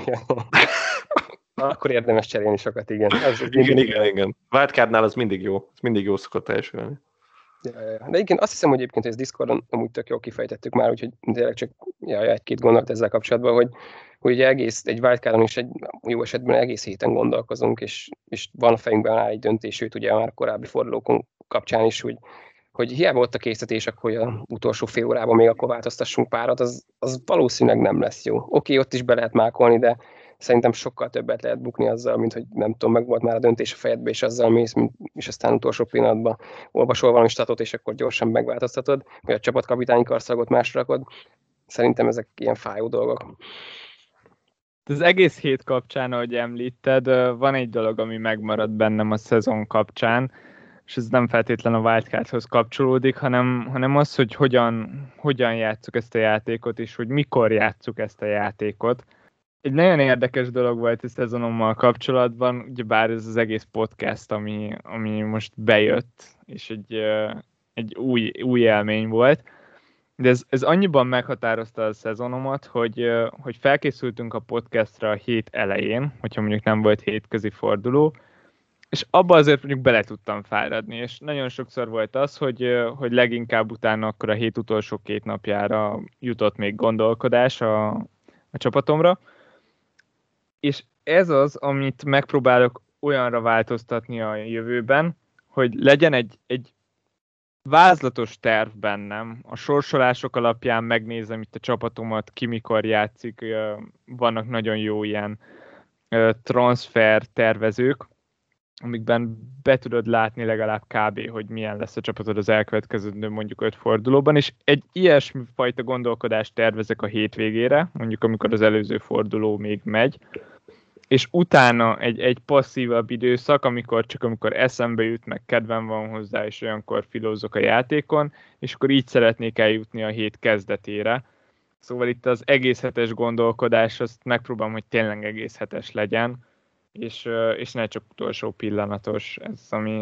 Akkor érdemes cserélni sokat, igen. Igen. Wildcardnál az mindig jó szokott elsülni. De igen, azt hiszem, hogy egyébként ez Discordon amúgy tök jól kifejtettük már, úgyhogy tényleg csak egy-két gondolat ezzel kapcsolatban, hogy egy wildcardon is egy jó esetben egész héten gondolkozunk, és van a fejünkben rá egy döntés, sőt ugye már korábbi fordulókon kapcsán is, hogy hiába ott a készítés, hogy az utolsó fél órában még akkor változtassunk párat, az valószínűleg nem lesz jó. Oké, ott is be lehet mákolni, de szerintem sokkal többet lehet bukni azzal, mint hogy nem tudom, meg volt már a döntés a fejedbe, és azzal mész, és aztán utolsó pillanatban olvasol valami statot, és akkor gyorsan megváltoztatod, vagy a csapatkapitányi karszalagot másra rakod. Szerintem ezek ilyen fájó dolgok. Az egész hét kapcsán, ahogy említed, van egy dolog, ami megmaradt bennem a szezon kapcsán, és ez nem feltétlen a wildcardhoz kapcsolódik, hanem az, hogy hogyan játsszuk ezt a játékot, és hogy mikor játsszuk ezt a játékot. Egy nagyon érdekes dolog volt a szezonommal kapcsolatban, ugyebár ez az egész podcast, ami most bejött, és egy új élmény volt, de ez annyiban meghatározta a szezonomat, hogy felkészültünk a podcastra a hét elején, hogyha mondjuk nem volt hétközi forduló, és abba azért mondjuk bele tudtam fáradni, és nagyon sokszor volt az, hogy leginkább utána akkor a hét utolsó 2 napjára jutott még gondolkodás a csapatomra, és ez az, amit megpróbálok olyanra változtatni a jövőben, hogy legyen egy vázlatos terv bennem. A sorsolások alapján megnézem itt a csapatomat, ki mikor játszik, vannak nagyon jó ilyen transfer tervezők, amikben be tudod látni legalább kb. Hogy milyen lesz a csapatod az elkövetkező mondjuk 5 fordulóban, és egy ilyesmi fajta gondolkodást tervezek a hétvégére, mondjuk amikor az előző forduló még megy, és utána egy passzívabb időszak, amikor eszembe jut, meg kedvem van hozzá, és olyankor filózok a játékon, és akkor így szeretnék eljutni a hét kezdetére. Szóval itt az egész hetes gondolkodás, azt megpróbálom, hogy tényleg egész hetes legyen, és ne csak utolsó pillanatos. Ez ami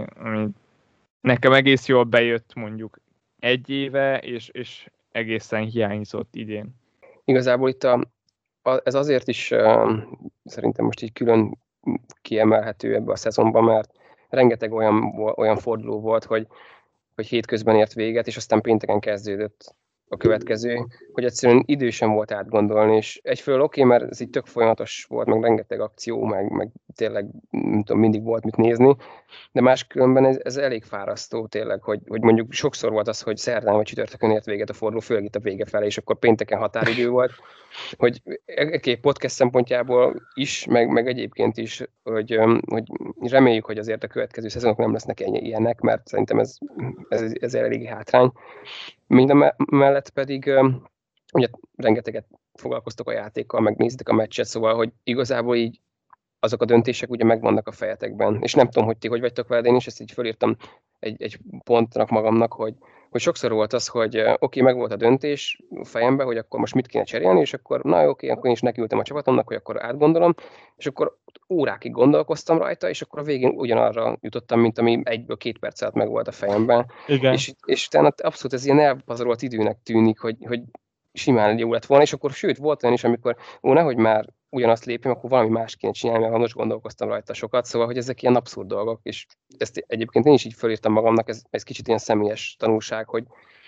nekem egész jól bejött mondjuk 1 éve, és egészen hiányzott idén. Igazából itt ez azért is szerintem most így külön kiemelhető ebbe a szezonban, mert rengeteg olyan forduló volt, hogy hétközben ért véget, és aztán pénteken kezdődött a következő, hogy egyszerűen idő sem volt átgondolni, és egyfelől oké, mert ez így tök folyamatos volt, meg rengeteg akció, meg tényleg nem tudom, mindig volt mit nézni, de máskülönben ez elég fárasztó tényleg, hogy mondjuk sokszor volt az, hogy szerdán vagy csütörtökön ért véget a forduló, főleg itt a vége felé, és akkor pénteken határidő volt, hogy egy podcast szempontjából is, meg egyébként is, hogy reméljük, hogy azért a következő szezonok nem lesznek ilyenek, mert szerintem ez elég hátrány. Mindemellett pedig ugye rengeteget foglalkoztok a játékkal, megnézitek a meccset, szóval, hogy igazából így azok a döntések ugye megvannak a fejetekben. És nem tudom, hogy ti hogy vagytok vele, de én is ezt így fölírtam egy pontnak magamnak, hogy sokszor volt az, hogy oké, meg volt a döntés a fejembe, hogy akkor most mit kéne cserélni, és akkor oké, akkor én is nekiültem a csapatomnak, hogy akkor átgondolom, és akkor órákig gondolkoztam rajta, és akkor a végén ugyanarra jutottam, mint ami 1-2 perc alatt meg volt a fejemben. Igen. És utána abszolút ez ilyen elpazarolt időnek tűnik, hogy simán jó lett volna, és akkor sőt, volt olyan is, amikor nehogy már ugyanazt lépjem, akkor valami más kéne csinálni, mert most gondolkoztam rajta sokat, szóval, hogy ezek ilyen abszurd dolgok, és ezt egyébként én is így fölírtam magamnak, ez kicsit ilyen személyes tanulság, hogy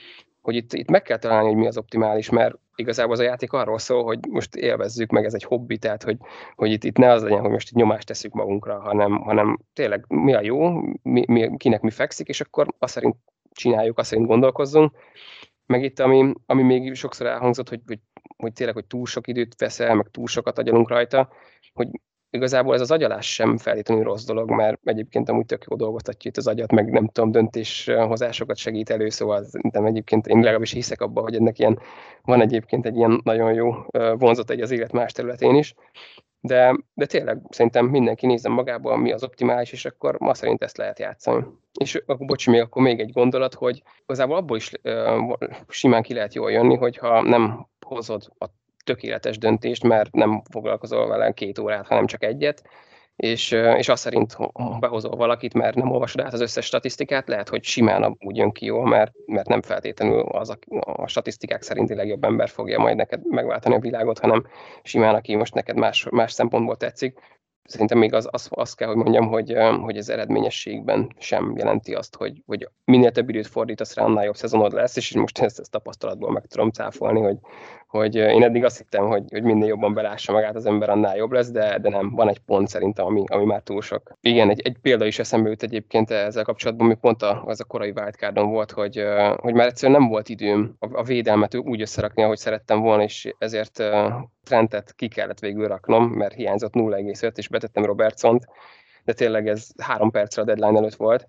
hogy itt meg kell találni, hogy mi az optimális, mert igazából az a játék arról szól, hogy most élvezzük meg, ez egy hobbi, tehát hogy itt ne az legyen, hogy most itt nyomást teszünk magunkra, hanem tényleg mi a jó, kinek mi fekszik, és akkor azt szerint csináljuk, azt szerint gondolkozzunk. Meg itt, ami még sokszor elhangzott, hogy tényleg, hogy túl sok időt veszel, meg túl sokat agyalunk rajta, hogy igazából ez az agyalás sem feltétlenül rossz dolog, mert egyébként amúgy tök jó dolgoztatja itt az agyat, meg nem tudom, döntéshozásokat segít elő, szóval nem egyébként én legalábbis hiszek abban, hogy ennek van egyébként egy ilyen nagyon jó vonzata az élet más területén is, de tényleg szerintem mindenki nézzen magából, mi az optimális, és akkor ma szerint ezt lehet játszani. És akkor még egy gondolat, hogy igazából abból is simán ki lehet jól jönni, hogyha nem hozod a tökéletes döntést, mert nem foglalkozol vele 2 órát, hanem csak egyet, és azt szerint, ha behozol valakit, mert nem olvasod át az összes statisztikát, lehet, hogy simán úgy jön ki jól, mert nem feltétlenül az a statisztikák szerinti legjobb ember fogja majd neked megváltani a világot, hanem simán, aki most neked más szempontból tetszik. Szerintem még azt kell, hogy mondjam, hogy az eredményességben sem jelenti azt, hogy minél több időt fordítasz rá, annál jobb szezonod lesz, és most ezt tapasztalatból meg tudom cáfolni, hogy én eddig azt hittem, hogy minél jobban belássa magát az ember, annál jobb lesz, de nem, van egy pont szerintem, ami már túl sok. Igen, egy példa is eszembe jut egyébként ezzel kapcsolatban, ami pont az a korai wildcardon volt, hogy már egyszerűen nem volt időm a védelmet úgy összerakni, ahogy szerettem volna, és ezért Trentet ki kellett végül raknom, mert hiányzott 0,5, és betettem Robertsont, de tényleg ez 3 percre a deadline előtt volt,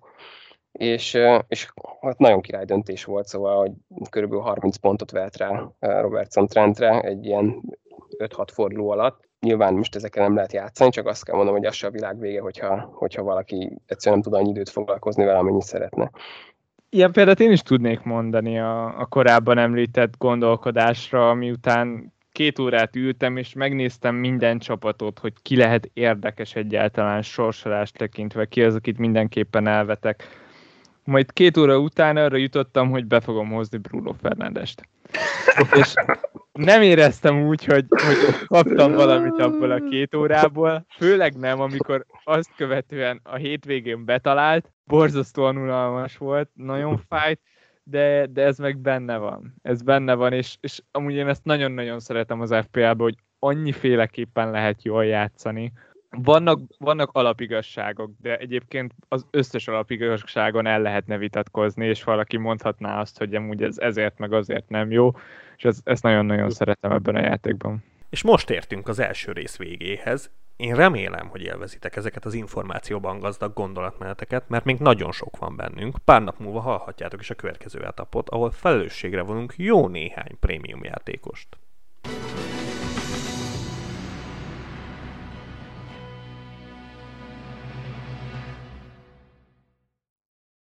és hát nagyon király döntés volt, szóval hogy körülbelül 30 pontot vett rá Robertson Trentre egy ilyen 5-6 forduló alatt. Nyilván most ezekkel nem lehet játszani, csak azt kell mondom, hogy az se a világ vége, hogyha valaki egyszerűen nem tud annyi időt foglalkozni vele, amennyit szeretne. Ilyen példát én is tudnék mondani a korábban említett gondolkodásra, miután 2 órát ültem, és megnéztem minden csapatot, hogy ki lehet érdekes egyáltalán sorsolást tekintve, ki az, akit mindenképpen elvetek. Majd 2 óra után arra jutottam, hogy be fogom hozni Bruno Fernandest. És nem éreztem úgy, hogy kaptam valamit abból a 2 órából, főleg nem, amikor azt követően a hétvégén betalált, borzasztóan unalmas volt, nagyon fájt, de ez meg benne van. Ez benne van, és amúgy én ezt nagyon-nagyon szeretem az FPL-ben, hogy annyiféleképpen lehet jól játszani. Vannak alapigazságok, de egyébként az összes alapigazságon el lehetne vitatkozni, és valaki mondhatná azt, hogy amúgy ez ezért meg azért nem jó, és ezt nagyon-nagyon szeretem ebben a játékban. És most értünk az első rész végéhez. Én remélem, hogy élvezitek ezeket az információban gazdag gondolatmeneteket, mert még nagyon sok van bennünk. Pár nap múlva hallhatjátok is a következő etapot, ahol felelősségre vonunk jó néhány prémium játékost.